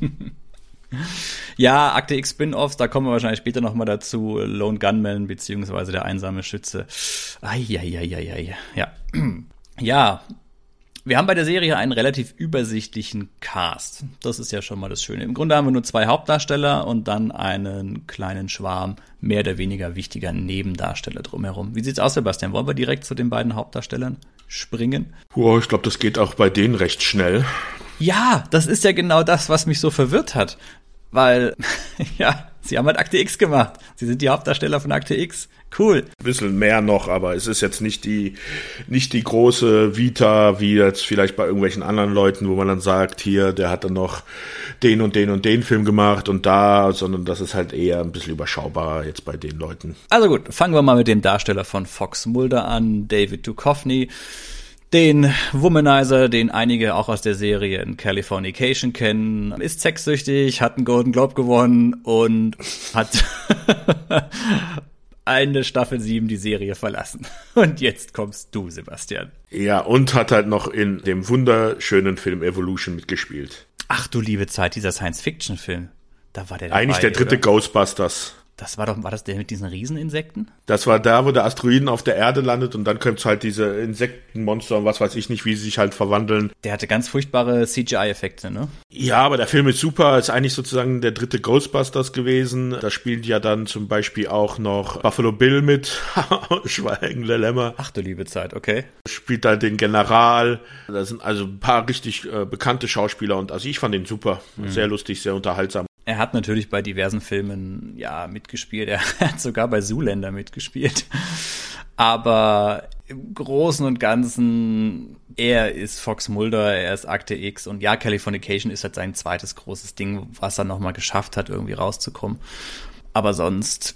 Ja, Akte X Spin-Offs, da kommen wir wahrscheinlich später nochmal dazu. Lone Gunman beziehungsweise der einsame Schütze. Eieieiei. Ja. Ja, wir haben bei der Serie einen relativ übersichtlichen Cast. Das ist ja schon mal das Schöne. Im Grunde haben wir nur zwei Hauptdarsteller und dann einen kleinen Schwarm mehr oder weniger wichtiger Nebendarsteller drumherum. Wie sieht's aus, Sebastian? Wollen wir direkt zu den beiden Hauptdarstellern springen? Oh, ich glaube, das geht auch bei denen recht schnell. Ja, das ist ja genau das, was mich so verwirrt hat. Weil, ja, sie haben halt Akte X gemacht. Sie sind die Hauptdarsteller von Akte X. Cool. Ein bisschen mehr noch, aber es ist jetzt nicht die, nicht die große Vita, wie jetzt vielleicht bei irgendwelchen anderen Leuten, wo man dann sagt, hier, der hat dann noch den und den und den Film gemacht und da, sondern das ist halt eher ein bisschen überschaubarer jetzt bei den Leuten. Also gut, fangen wir mal mit dem Darsteller von Fox Mulder an, David Duchovny. Den Womanizer, den einige auch aus der Serie in Californication kennen, ist sexsüchtig, hat einen Golden Globe gewonnen und hat eine Staffel sieben die Serie verlassen. Und jetzt kommst du, Sebastian. Ja, und hat halt noch in dem wunderschönen Film Evolution mitgespielt. Ach du liebe Zeit, dieser Science-Fiction-Film. Da war der dabei, eigentlich der dritte oder? Ghostbusters. Das war doch, war das der mit diesen Rieseninsekten? Das war da, wo der Asteroiden auf der Erde landet und dann kommt halt diese Insektenmonster und was weiß ich nicht, wie sie sich halt verwandeln. Der hatte ganz furchtbare C G I-Effekte, ne? Ja, aber der Film ist super, ist eigentlich sozusagen der dritte Ghostbusters gewesen. Da spielt ja dann zum Beispiel auch noch Buffalo Bill mit, Schweigen der Lämmer. Ach du liebe Zeit, okay. Spielt da den General. Da sind also ein paar richtig äh, bekannte Schauspieler und also ich fand ihn super. Mhm. Sehr lustig, sehr unterhaltsam. Er hat natürlich bei diversen Filmen, ja, mitgespielt. Er hat sogar bei Zoolander mitgespielt. Aber im Großen und Ganzen, er ist Fox Mulder, er ist Akte X. Und ja, Californication ist halt sein zweites großes Ding, was er nochmal geschafft hat, irgendwie rauszukommen. Aber sonst,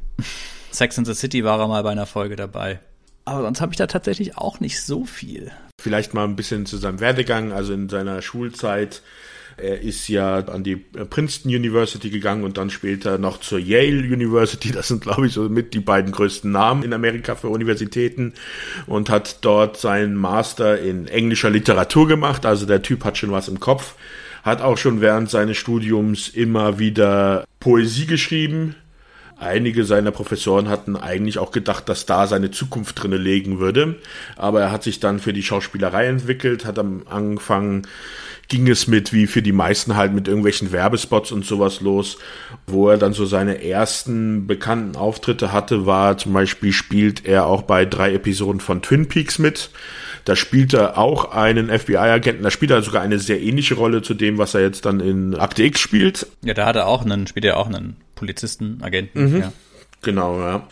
Sex and the City war er mal bei einer Folge dabei. Aber sonst habe ich da tatsächlich auch nicht so viel. Vielleicht mal ein bisschen zu seinem Werdegang, also in seiner Schulzeit. Er ist ja an die Princeton University gegangen und dann später noch zur Yale University. Das sind, glaube ich, so mit die beiden größten Namen in Amerika für Universitäten und hat dort seinen Master in englischer Literatur gemacht. Also der Typ hat schon was im Kopf, hat auch schon während seines Studiums immer wieder Poesie geschrieben. Einige seiner Professoren hatten eigentlich auch gedacht, dass da seine Zukunft drinne liegen würde. Aber er hat sich dann für die Schauspielerei entwickelt, hat am Anfang ging es mit, wie für die meisten halt, mit irgendwelchen Werbespots und sowas los. Wo er dann so seine ersten bekannten Auftritte hatte, war zum Beispiel, spielt er auch bei drei Episoden von Twin Peaks mit. Da spielt er auch einen F B I-Agenten, da spielt er sogar eine sehr ähnliche Rolle zu dem, was er jetzt dann in Akte X spielt. Ja, da hat er auch einen, spielt er auch einen Polizisten, Agenten. Mhm. Ja. Genau, ja.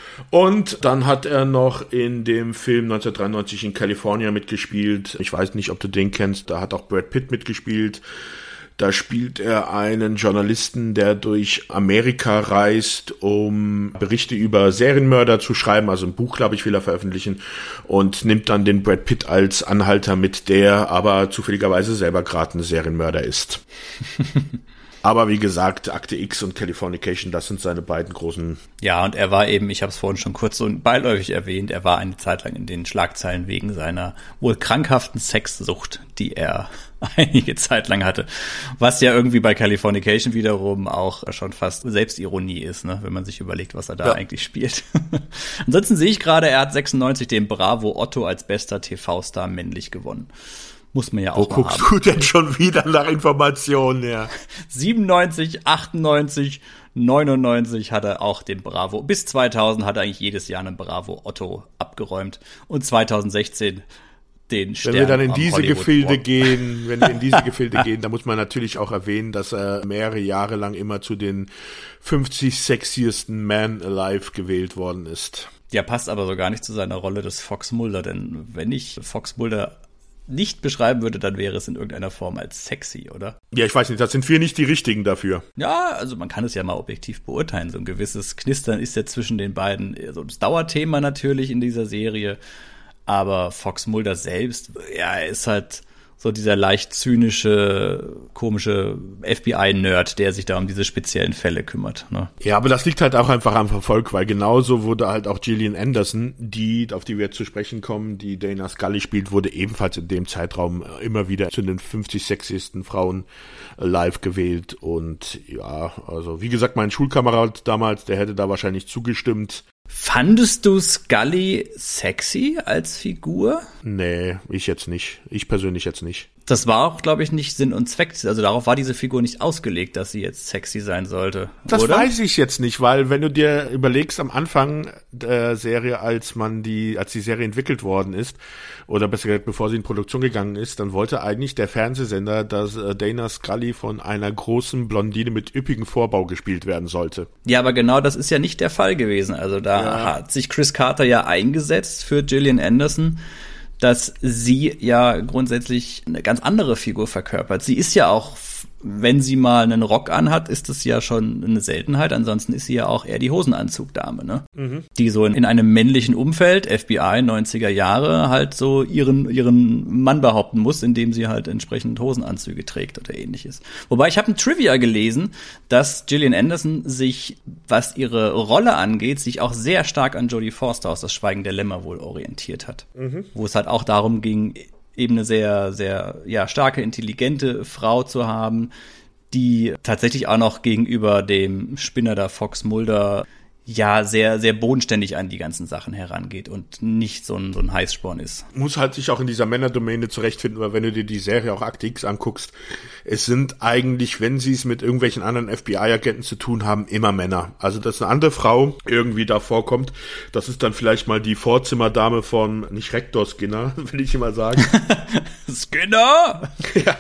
Und dann hat er noch in dem Film neunzehnhundertdreiundneunzig in California mitgespielt. Ich weiß nicht, ob du den kennst. Da hat auch Brad Pitt mitgespielt. Da spielt er einen Journalisten, der durch Amerika reist, um Berichte über Serienmörder zu schreiben. Also ein Buch, glaube ich, will er veröffentlichen. Und nimmt dann den Brad Pitt als Anhalter mit, der aber zufälligerweise selber gerade ein Serienmörder ist. Aber wie gesagt, Akte X und Californication, das sind seine beiden großen... Ja, und er war eben, ich habe es vorhin schon kurz so beiläufig erwähnt, er war eine Zeit lang in den Schlagzeilen wegen seiner wohl krankhaften Sexsucht, die er einige Zeit lang hatte. Was ja irgendwie bei Californication wiederum auch schon fast Selbstironie ist, ne, wenn man sich überlegt, was er da ja. eigentlich spielt. Ansonsten sehe ich gerade, er hat sechsundneunzig den Bravo Otto als bester T V-Star männlich gewonnen. Muss man ja auch Wo mal haben. Wo guckst du denn schon wieder nach Informationen her? siebenundneunzig, achtundneunzig, neunundneunzig hat er auch den Bravo. Bis zweitausend hat er eigentlich jedes Jahr einen Bravo Otto abgeräumt. Und zweitausendsechzehn den Stern. Wenn wir dann in diese Gefilde gehen, wenn wir in diese Gefilde gehen, da muss man natürlich auch erwähnen, dass er mehrere Jahre lang immer zu den fünfzig sexiesten Men alive gewählt worden ist. Ja, passt aber so gar nicht zu seiner Rolle des Fox Mulder, denn wenn ich Fox Mulder nicht beschreiben würde, dann wäre es in irgendeiner Form als sexy, oder? Ja, ich weiß nicht, das sind wir nicht die Richtigen dafür. Ja, also man kann es ja mal objektiv beurteilen. So ein gewisses Knistern ist ja zwischen den beiden so das Dauerthema natürlich in dieser Serie. Aber Fox Mulder selbst, ja, er ist halt so dieser leicht zynische, komische F B I-Nerd, der sich da um diese speziellen Fälle kümmert. Ne? Ja, aber das liegt halt auch einfach am Erfolg, weil genauso wurde halt auch Gillian Anderson, die, auf die wir jetzt zu sprechen kommen, die Dana Scully spielt, wurde ebenfalls in dem Zeitraum immer wieder zu den fünfzig sexiesten Frauen live gewählt. Und ja, also wie gesagt, mein Schulkamerad damals, der hätte da wahrscheinlich zugestimmt. Fandest du Scully sexy als Figur? Nee, ich jetzt nicht. Ich persönlich jetzt nicht. Das war auch, glaube ich, nicht Sinn und Zweck. Also darauf war diese Figur nicht ausgelegt, dass sie jetzt sexy sein sollte. Das oder? Weiß ich jetzt nicht, weil wenn du dir überlegst, am Anfang der Serie, als man die, als die Serie entwickelt worden ist, oder besser gesagt, bevor sie in Produktion gegangen ist, dann wollte eigentlich der Fernsehsender, dass Dana Scully von einer großen Blondine mit üppigem Vorbau gespielt werden sollte. Ja, aber genau das ist ja nicht der Fall gewesen. Also da ja. hat sich Chris Carter ja eingesetzt für Gillian Anderson, dass sie ja grundsätzlich eine ganz andere Figur verkörpert. Sie ist ja auch, wenn sie mal einen Rock anhat, ist das ja schon eine Seltenheit. Ansonsten ist sie ja auch eher die Hosenanzugdame, ne? Mhm. Die so in, in einem männlichen Umfeld, F B I, neunziger Jahre, halt so ihren ihren Mann behaupten muss, indem sie halt entsprechend Hosenanzüge trägt oder ähnliches. Wobei, ich habe ein Trivia gelesen, dass Gillian Anderson sich, was ihre Rolle angeht, sich auch sehr stark an Jodie Foster aus Das Schweigen der Lämmer wohl orientiert hat. Mhm. Wo es halt auch darum ging, eben eine sehr, sehr, ja, starke, intelligente Frau zu haben, die tatsächlich auch noch gegenüber dem Spinner da Fox Mulder ja sehr, sehr bodenständig an die ganzen Sachen herangeht und nicht so ein, so ein Heißsporn ist. Muss halt sich auch in dieser Männerdomäne zurechtfinden, weil wenn du dir die Serie auch Akte X anguckst, es sind eigentlich, wenn sie es mit irgendwelchen anderen F B I-Agenten zu tun haben, immer Männer. Also, dass eine andere Frau irgendwie da vorkommt, das ist dann vielleicht mal die Vorzimmerdame von, nicht Rektor Skinner, will ich immer sagen. Skinner!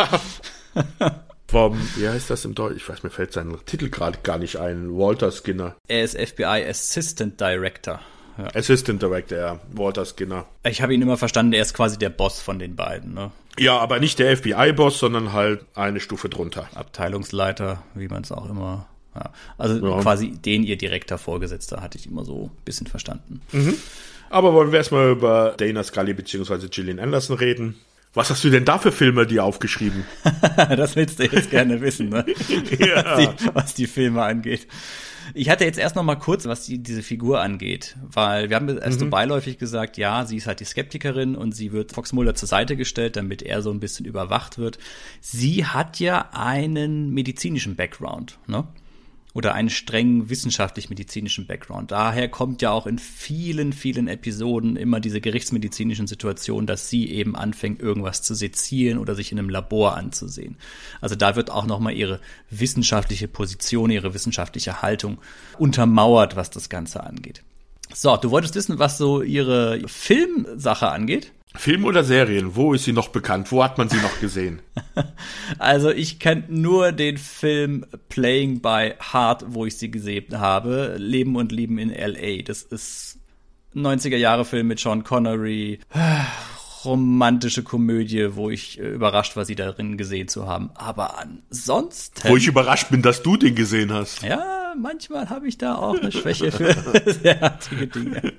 Ja. Vom, wie heißt das im Deutsch? Ich weiß, mir fällt sein Titel gerade gar nicht ein. Walter Skinner. Er ist F B I Assistant Director. Ja. Assistant Director, ja. Walter Skinner. Ich habe ihn immer verstanden, er ist quasi der Boss von den beiden, ne? Ja, aber nicht der F B I-Boss, sondern halt eine Stufe drunter. Abteilungsleiter, wie man es auch immer... Ja. Also ja. quasi den ihr direkter Vorgesetzter, hatte ich immer so ein bisschen verstanden. Mhm. Aber wollen wir erstmal über Dana Scully bzw. Gillian Anderson reden? Was hast du denn da für Filme dir aufgeschrieben? Das willst du jetzt gerne wissen, ne? Ja. was, die, was die Filme angeht. Ich hatte jetzt erst noch mal kurz, was die, diese Figur angeht, weil wir haben erst mhm. so beiläufig gesagt, ja, sie ist halt die Skeptikerin und sie wird Fox Mulder zur Seite gestellt, damit er so ein bisschen überwacht wird. Sie hat ja einen medizinischen Background, ne? Oder einen strengen wissenschaftlich-medizinischen Background. Daher kommt ja auch in vielen, vielen Episoden immer diese gerichtsmedizinischen Situationen, dass sie eben anfängt, irgendwas zu sezieren oder sich in einem Labor anzusehen. Also da wird auch nochmal ihre wissenschaftliche Position, ihre wissenschaftliche Haltung untermauert, was das Ganze angeht. So, du wolltest wissen, was so ihre Filmsache angeht? Film oder Serien? Wo ist sie noch bekannt? Wo hat man sie noch gesehen? Also ich kenne nur den Film Playing by Heart, wo ich sie gesehen habe. Leben und Lieben in L A. Das ist ein neunziger-Jahre-Film mit Sean Connery. Romantische Komödie, wo ich überrascht war, sie darin gesehen zu haben. Aber ansonsten... Wo ich überrascht bin, dass du den gesehen hast. Ja, manchmal habe ich da auch eine Schwäche für derartige Dinge.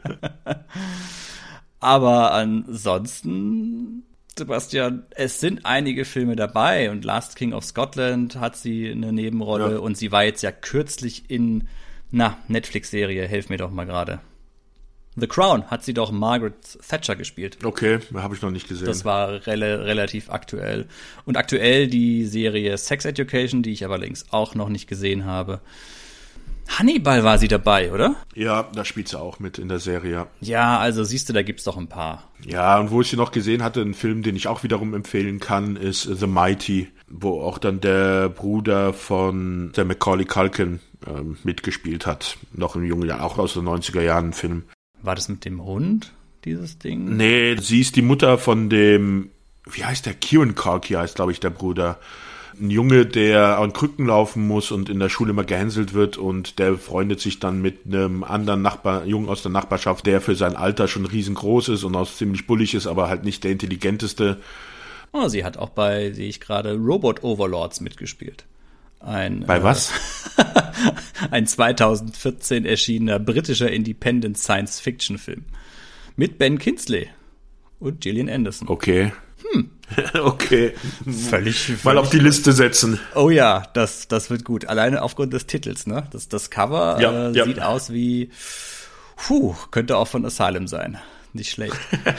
Aber ansonsten, Sebastian, es sind einige Filme dabei und Last King of Scotland hat sie eine Nebenrolle ja. Und sie war jetzt ja kürzlich in, na, Netflix-Serie, helf mir doch mal gerade. The Crown hat sie doch Margaret Thatcher gespielt. Okay, habe ich noch nicht gesehen. Das war rel- relativ aktuell. Und aktuell die Serie Sex Education, die ich aber längst auch noch nicht gesehen habe. Hannibal war sie dabei, oder? Ja, da spielt sie auch mit in der Serie. Ja, also siehst du, da gibt's doch ein paar. Ja, und wo ich sie noch gesehen hatte, ein Film, den ich auch wiederum empfehlen kann, ist The Mighty, wo auch dann der Bruder von der Macaulay Culkin ähm, mitgespielt hat. Noch im jungen Jahr, auch aus den neunziger Jahren ein Film. War das mit dem Hund, dieses Ding? Nee, sie ist die Mutter von dem, wie heißt der? Kieran Culkin heißt, glaube ich, der Bruder. Ein Junge, der an Krücken laufen muss und in der Schule immer gehänselt wird und der freundet sich dann mit einem anderen Nachbar, Jungen aus der Nachbarschaft, der für sein Alter schon riesengroß ist und auch ziemlich bullig ist, aber halt nicht der intelligenteste. Oh, sie hat auch bei, sehe ich gerade, Robot Overlords mitgespielt. Ein, bei was? Äh, ein zweitausendvierzehn erschienener britischer Independent Science-Fiction-Film. Mit Ben Kingsley und Gillian Anderson. Okay. Hm. Okay. Völlig, völlig. Mal auf die Liste setzen. Oh ja, das, das wird gut. Alleine aufgrund des Titels, ne? Das, das Cover ja, äh, ja. sieht aus wie, puh, könnte auch von Asylum sein. Nicht schlecht.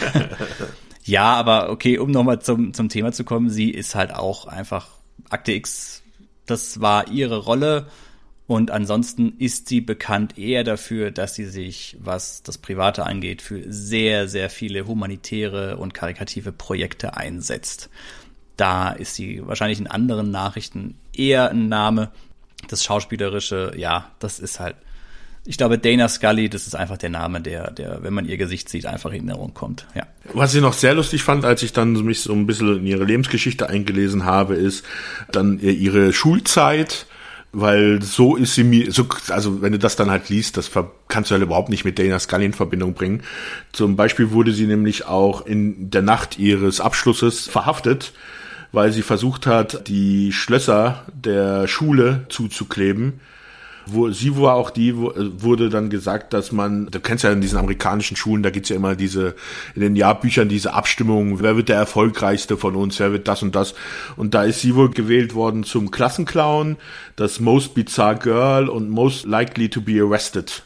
Ja, aber okay, um nochmal zum, zum Thema zu kommen, sie ist halt auch einfach Akte X, das war ihre Rolle. Und ansonsten ist sie bekannt eher dafür, dass sie sich, was das Private angeht, für sehr, sehr viele humanitäre und karitative Projekte einsetzt. Da ist sie wahrscheinlich in anderen Nachrichten eher ein Name. Das Schauspielerische, ja, das ist halt, ich glaube, Dana Scully, das ist einfach der Name, der, der, wenn man ihr Gesicht sieht, einfach in Erinnerung kommt, ja. Was ich noch sehr lustig fand, als ich dann mich so ein bisschen in ihre Lebensgeschichte eingelesen habe, ist dann ihre Schulzeit. Weil so ist sie mir, so, also wenn du das dann halt liest, das kannst du halt überhaupt nicht mit Dana Scully in Verbindung bringen. Zum Beispiel wurde sie nämlich auch in der Nacht ihres Abschlusses verhaftet, weil sie versucht hat, die Schlösser der Schule zuzukleben. Wo, sie war auch die, wo, wurde dann gesagt, dass man, du kennst ja in diesen amerikanischen Schulen, da gibt's ja immer diese, in den Jahrbüchern diese Abstimmung, wer wird der erfolgreichste von uns, wer wird das und das. Und da ist sie wohl gewählt worden zum Klassenclown, das Most Bizarre Girl und Most Likely to be Arrested.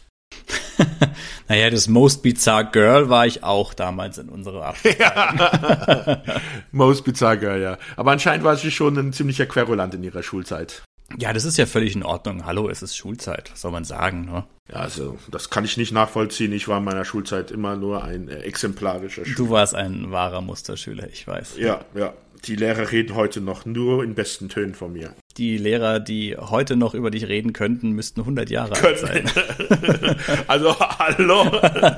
Naja, das Most Bizarre Girl war ich auch damals in unserer Abschlusszeit. Ja. Most Bizarre Girl, ja. Aber anscheinend war sie schon ein ziemlicher Querulant in ihrer Schulzeit. Ja, das ist ja völlig in Ordnung. Hallo, es ist Schulzeit, was soll man sagen, ne? Ja, also das kann ich nicht nachvollziehen. Ich war in meiner Schulzeit immer nur ein äh, exemplarischer Schüler. Du warst ein wahrer Musterschüler, ich weiß. Ja, ja. Die Lehrer reden heute noch nur in besten Tönen von mir. Die Lehrer, die heute noch über dich reden könnten, müssten hundert Jahre alt sein. Also, hallo.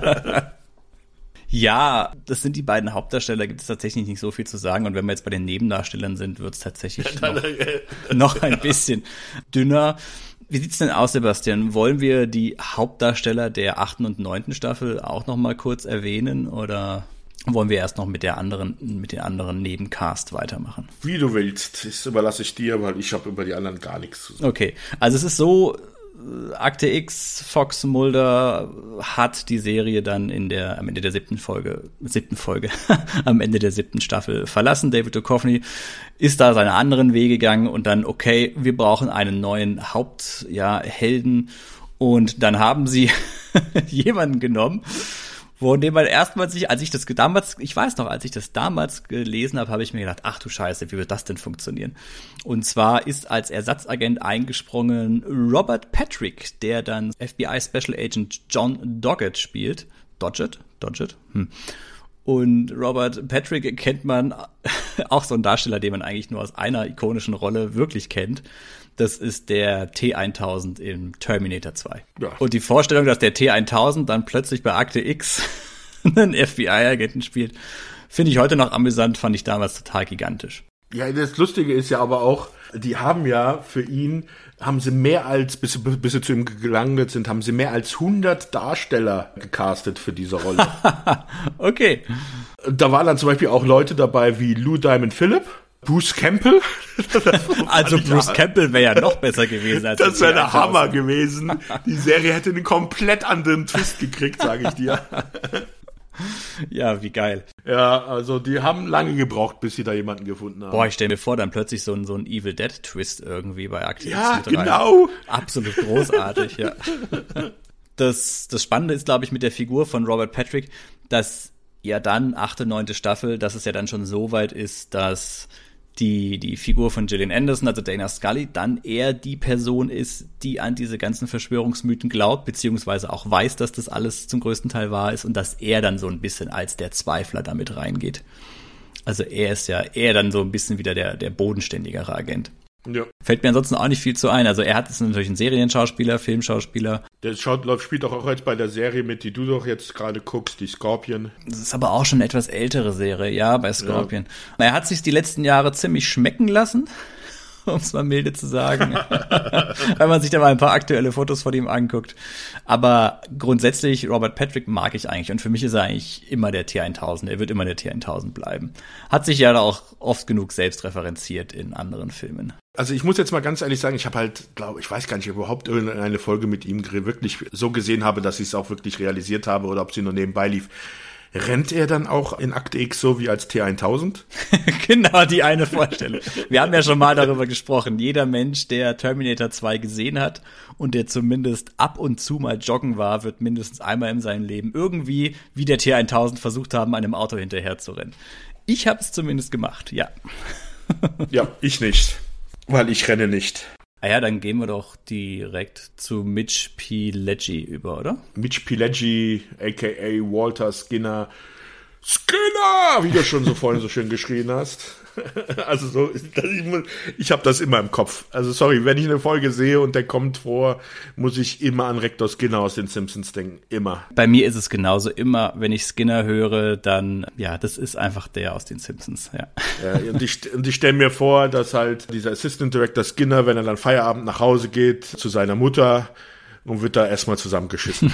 Ja, das sind die beiden Hauptdarsteller, gibt es tatsächlich nicht so viel zu sagen. Und wenn wir jetzt bei den Nebendarstellern sind, wird es tatsächlich noch, noch ein bisschen dünner. Wie sieht's denn aus, Sebastian? Wollen wir die Hauptdarsteller der achten und neunten Staffel auch noch mal kurz erwähnen oder wollen wir erst noch mit der anderen, mit den anderen Nebencast weitermachen? Wie du willst, das überlasse ich dir, weil ich habe über die anderen gar nichts zu sagen. Okay, also es ist so, Akte X, Fox Mulder hat die Serie dann in der, am Ende der siebten Folge, siebten Folge, am Ende der siebten Staffel verlassen. David Duchovny ist da seine anderen Wege gegangen und dann, okay, wir brauchen einen neuen Haupthelden. Ja, Helden. Und dann haben sie jemanden genommen, von dem man erstmal sich, als ich das damals, ich weiß noch, als ich das damals gelesen habe, habe ich mir gedacht, ach du Scheiße, wie wird das denn funktionieren? Und zwar ist als Ersatzagent eingesprungen Robert Patrick, der dann F B I Special Agent John Doggett spielt. Doggett? Doggett? Hm. Und Robert Patrick kennt man, auch so ein Darsteller, den man eigentlich nur aus einer ikonischen Rolle wirklich kennt. Das ist der T tausend im Terminator zwei. Ja. Und die Vorstellung, dass der T tausend dann plötzlich bei Akte X einen F B I-Agenten spielt, finde ich heute noch amüsant, fand ich damals total gigantisch. Ja, das Lustige ist ja aber auch, die haben ja für ihn, haben sie mehr als, bis, bis sie zu ihm gelangt sind, haben sie mehr als hundert Darsteller gecastet für diese Rolle. Okay. Da waren dann zum Beispiel auch Leute dabei wie Lou Diamond Phillip, Bruce Campbell. Also Bruce Campbell wäre ja noch besser gewesen als das wäre der Hammer gewesen. Die Serie hätte einen komplett anderen Twist gekriegt, sage ich dir. Ja, wie geil. Ja, also die haben lange gebraucht, bis sie da jemanden gefunden haben. Boah, ich stelle mir vor, dann plötzlich so ein, so ein Evil Dead Twist irgendwie bei Akte X ja, mit rein. Ja, genau. Absolut großartig, ja. Das, das Spannende ist, glaube ich, mit der Figur von Robert Patrick, dass ja dann achte, neunte Staffel, dass es ja dann schon so weit ist, dass die die Figur von Gillian Anderson, also Dana Scully, dann eher die Person ist, die an diese ganzen Verschwörungsmythen glaubt, beziehungsweise auch weiß, dass das alles zum größten Teil wahr ist und dass er dann so ein bisschen als der Zweifler damit reingeht. Also er ist ja eher dann so ein bisschen wieder der der bodenständigere Agent. Ja. Fällt mir ansonsten auch nicht viel zu ein. Also er hat ist natürlich ein Serienschauspieler, Filmschauspieler. Der schaut, läuft, spielt auch jetzt bei der Serie mit, die du doch jetzt gerade guckst, die Scorpion. Das ist aber auch schon eine etwas ältere Serie, ja, bei Scorpion. Ja. Er hat sich die letzten Jahre ziemlich schmecken lassen, um es mal milde zu sagen, wenn man sich da mal ein paar aktuelle Fotos von ihm anguckt. Aber grundsätzlich, Robert Patrick mag ich eigentlich und für mich ist er eigentlich immer der T tausend. Er wird immer der T tausend bleiben. Hat sich ja auch oft genug selbst referenziert in anderen Filmen. Also ich muss jetzt mal ganz ehrlich sagen, ich habe halt, glaube ich, weiß gar nicht, ob ich überhaupt irgendeine Folge mit ihm wirklich so gesehen habe, dass ich es auch wirklich realisiert habe oder ob sie nur nebenbei lief. Rennt er dann auch in Akte X so wie als T tausend? Genau, die eine Vorstellung. Wir haben ja schon mal darüber gesprochen. Jeder Mensch, der Terminator zwei gesehen hat und der zumindest ab und zu mal joggen war, wird mindestens einmal in seinem Leben irgendwie wie der T tausend versucht haben, einem Auto hinterher zu rennen. Ich habe es zumindest gemacht, ja. Ja, ich nicht. Weil ich renne nicht. Ah ja, dann gehen wir doch direkt zu Mitch Pileggi über, oder? Mitch Pileggi, a k a. Walter Skinner. Skinner! Wie du schon so vorhin so schön geschrien hast. Also so, ich, ich habe das immer im Kopf. Also sorry, wenn ich eine Folge sehe und der kommt vor, muss ich immer an Rektor Skinner aus den Simpsons denken. Immer. Bei mir ist es genauso. Immer, wenn ich Skinner höre, dann, ja, das ist einfach der aus den Simpsons, ja. Ja, und ich, und ich stelle mir vor, dass halt dieser Assistant Director Skinner, wenn er dann Feierabend nach Hause geht, zu seiner Mutter und wird da erstmal zusammengeschissen.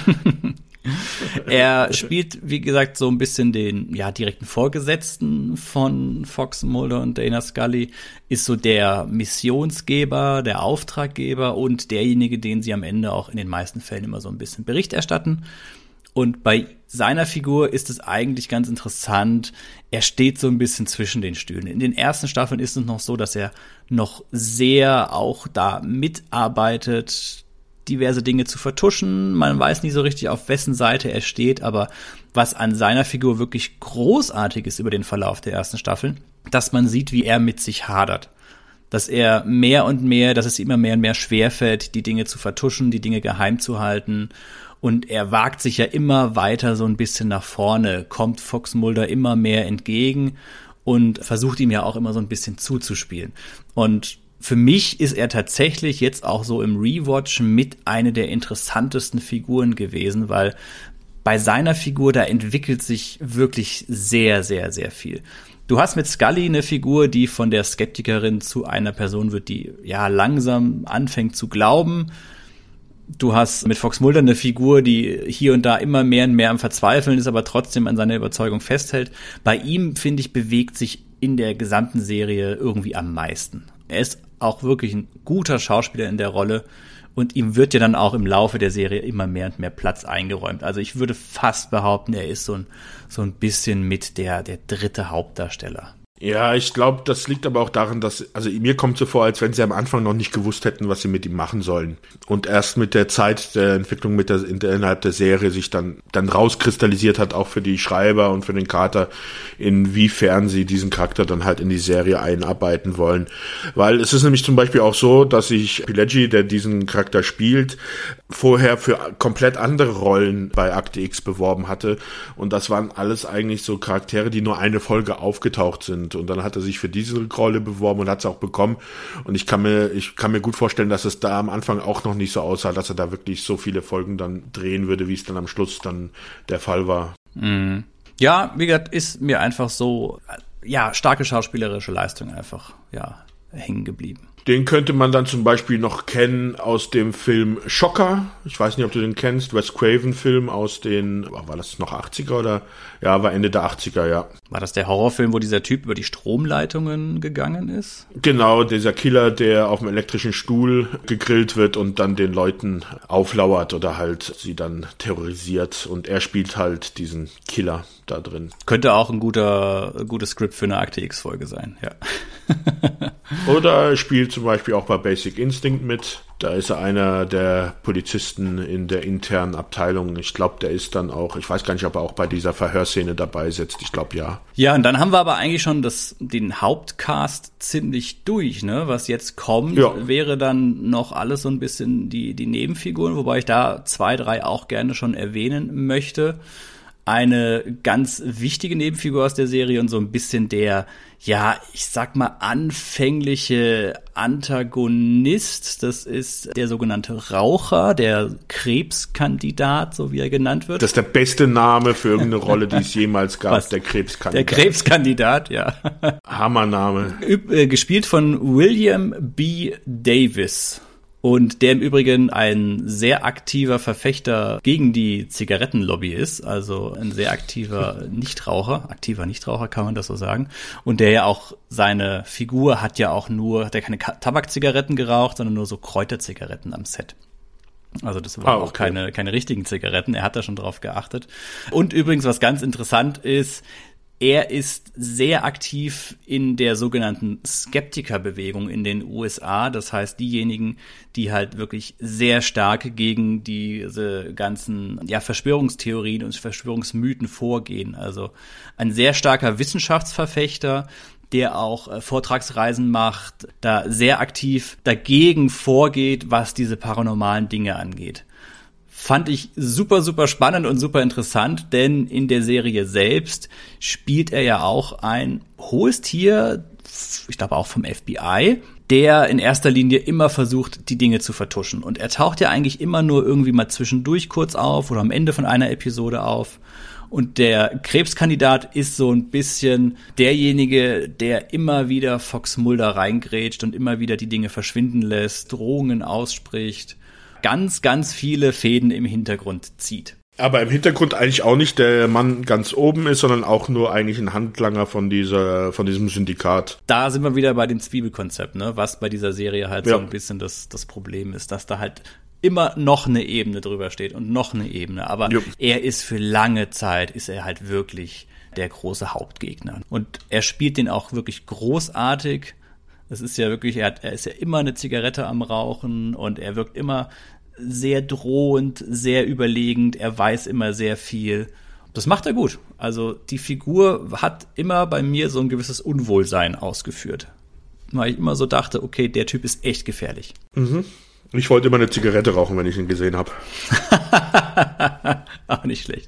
Er spielt, wie gesagt, so ein bisschen den ja direkten Vorgesetzten von Fox Mulder und Dana Scully, ist so der Missionsgeber, der Auftraggeber und derjenige, den sie am Ende auch in den meisten Fällen immer so ein bisschen Bericht erstatten. Und bei seiner Figur ist es eigentlich ganz interessant, er steht so ein bisschen zwischen den Stühlen. In den ersten Staffeln ist es noch so, dass er noch sehr auch da mitarbeitet, diverse Dinge zu vertuschen. Man weiß nicht so richtig, auf wessen Seite er steht, aber was an seiner Figur wirklich großartig ist über den Verlauf der ersten Staffeln, dass man sieht, wie er mit sich hadert. dass er mehr und mehr, dass es ihm immer mehr und mehr schwerfällt, die Dinge zu vertuschen, die Dinge geheim zu halten. Und er wagt sich ja immer weiter so ein bisschen nach vorne, kommt Fox Mulder immer mehr entgegen und versucht ihm ja auch immer so ein bisschen zuzuspielen. Und für mich ist er tatsächlich jetzt auch so im Rewatch mit eine der interessantesten Figuren gewesen, weil bei seiner Figur, da entwickelt sich wirklich sehr, sehr, sehr viel. Du hast mit Scully eine Figur, die von der Skeptikerin zu einer Person wird, die ja langsam anfängt zu glauben. Du hast mit Fox Mulder eine Figur, die hier und da immer mehr und mehr am Verzweifeln ist, aber trotzdem an seiner Überzeugung festhält. Bei ihm, finde ich, bewegt sich in der gesamten Serie irgendwie am meisten. Er ist auch wirklich ein guter Schauspieler in der Rolle und ihm wird ja dann auch im Laufe der Serie immer mehr und mehr Platz eingeräumt. Also ich würde fast behaupten, er ist so ein, so ein bisschen mit der, der dritte Hauptdarsteller. Ja, ich glaube, das liegt aber auch daran, dass, also mir kommt so vor, als wenn sie am Anfang noch nicht gewusst hätten, was sie mit ihm machen sollen. Und erst mit der Zeit der Entwicklung mit der, innerhalb der Serie sich dann, dann rauskristallisiert hat, auch für die Schreiber und für den Carter, inwiefern sie diesen Charakter dann halt in die Serie einarbeiten wollen. Weil es ist nämlich zum Beispiel auch so, dass sich Pileggi, der diesen Charakter spielt, vorher für komplett andere Rollen bei Akte X beworben hatte. Und das waren alles eigentlich so Charaktere, die nur eine Folge aufgetaucht sind. Und dann hat er sich für diese Rolle beworben und hat es auch bekommen. Und ich kann mir, ich kann mir gut vorstellen, dass es da am Anfang auch noch nicht so aussah, dass er da wirklich so viele Folgen dann drehen würde, wie es dann am Schluss dann der Fall war. Mhm. Ja, wie gesagt, ist mir einfach so, ja, starke schauspielerische Leistung einfach, ja, hängen geblieben. Den könnte man dann zum Beispiel noch kennen aus dem Film Schocker. Ich weiß nicht, ob du den kennst. Wes Craven-Film aus den, war das noch achtziger oder? Ja, war Ende der achtziger, ja. War das der Horrorfilm, wo dieser Typ über die Stromleitungen gegangen ist? Genau, dieser Killer, der auf dem elektrischen Stuhl gegrillt wird und dann den Leuten auflauert oder halt sie dann terrorisiert. Und er spielt halt diesen Killer da drin. Könnte auch ein guter, gutes Skript für eine Akte X-Folge sein, ja. Oder er spielt zum Beispiel auch bei Basic Instinct mit. Da ist er einer der Polizisten in der internen Abteilung. Ich glaube, der ist dann auch, ich weiß gar nicht, ob er auch bei dieser Verhörszene dabei sitzt. Ich glaube, ja. Ja, und dann haben wir aber eigentlich schon das, den Hauptcast ziemlich durch, ne? Was jetzt kommt, ja, wäre dann noch alles so ein bisschen die, die Nebenfiguren, wobei ich da zwei, drei auch gerne schon erwähnen möchte. Eine ganz wichtige Nebenfigur aus der Serie und so ein bisschen der, ja, ich sag mal, anfängliche Antagonist. Das ist der sogenannte Raucher, der Krebskandidat, so wie er genannt wird. Das ist der beste Name für irgendeine Rolle, die es jemals gab, Was? der Krebskandidat. Der Krebskandidat, ja. Hammername. Äh, gespielt von William B. Davis. Und der im Übrigen ein sehr aktiver Verfechter gegen die Zigarettenlobby ist, also ein sehr aktiver Nichtraucher, aktiver Nichtraucher kann man das so sagen. Und der ja auch, seine Figur hat ja auch nur, hat ja keine Tabakzigaretten geraucht, sondern nur so Kräuterzigaretten am Set. Also das waren ah, okay. auch keine, keine richtigen Zigaretten, er hat da schon drauf geachtet. Und übrigens, was ganz interessant ist, er ist sehr aktiv in der sogenannten Skeptikerbewegung in den U S A. Das heißt, diejenigen, die halt wirklich sehr stark gegen diese ganzen, ja, Verschwörungstheorien und Verschwörungsmythen vorgehen. Also ein sehr starker Wissenschaftsverfechter, der auch äh, Vortragsreisen macht, da sehr aktiv dagegen vorgeht, was diese paranormalen Dinge angeht. Fand ich super, super spannend und super interessant, denn in der Serie selbst spielt er ja auch ein hohes Tier, ich glaube auch vom F B I, der in erster Linie immer versucht, die Dinge zu vertuschen. Und er taucht ja eigentlich immer nur irgendwie mal zwischendurch kurz auf oder am Ende von einer Episode auf. Und der Krebskandidat ist so ein bisschen derjenige, der immer wieder Fox Mulder reingrätscht und immer wieder die Dinge verschwinden lässt, Drohungen ausspricht, ganz, ganz viele Fäden im Hintergrund zieht. Aber im Hintergrund eigentlich auch nicht der Mann ganz oben ist, sondern auch nur eigentlich ein Handlanger von dieser, von diesem Syndikat. Da sind wir wieder bei dem Zwiebelkonzept, ne, was bei dieser Serie halt ja. so ein bisschen das, das Problem ist, dass da halt immer noch eine Ebene drüber steht und noch eine Ebene. Aber ja. er ist für lange Zeit, ist er halt wirklich der große Hauptgegner. Und er spielt den auch wirklich großartig. Es ist ja wirklich, er, hat, er ist ja immer eine Zigarette am Rauchen und er wirkt immer sehr drohend, sehr überlegend, er weiß immer sehr viel. Das macht er gut. Also die Figur hat immer bei mir so ein gewisses Unwohlsein ausgeführt. weil ich immer so dachte, okay, der Typ ist echt gefährlich. Mhm. Ich wollte immer eine Zigarette rauchen, wenn ich ihn gesehen habe. Auch nicht schlecht.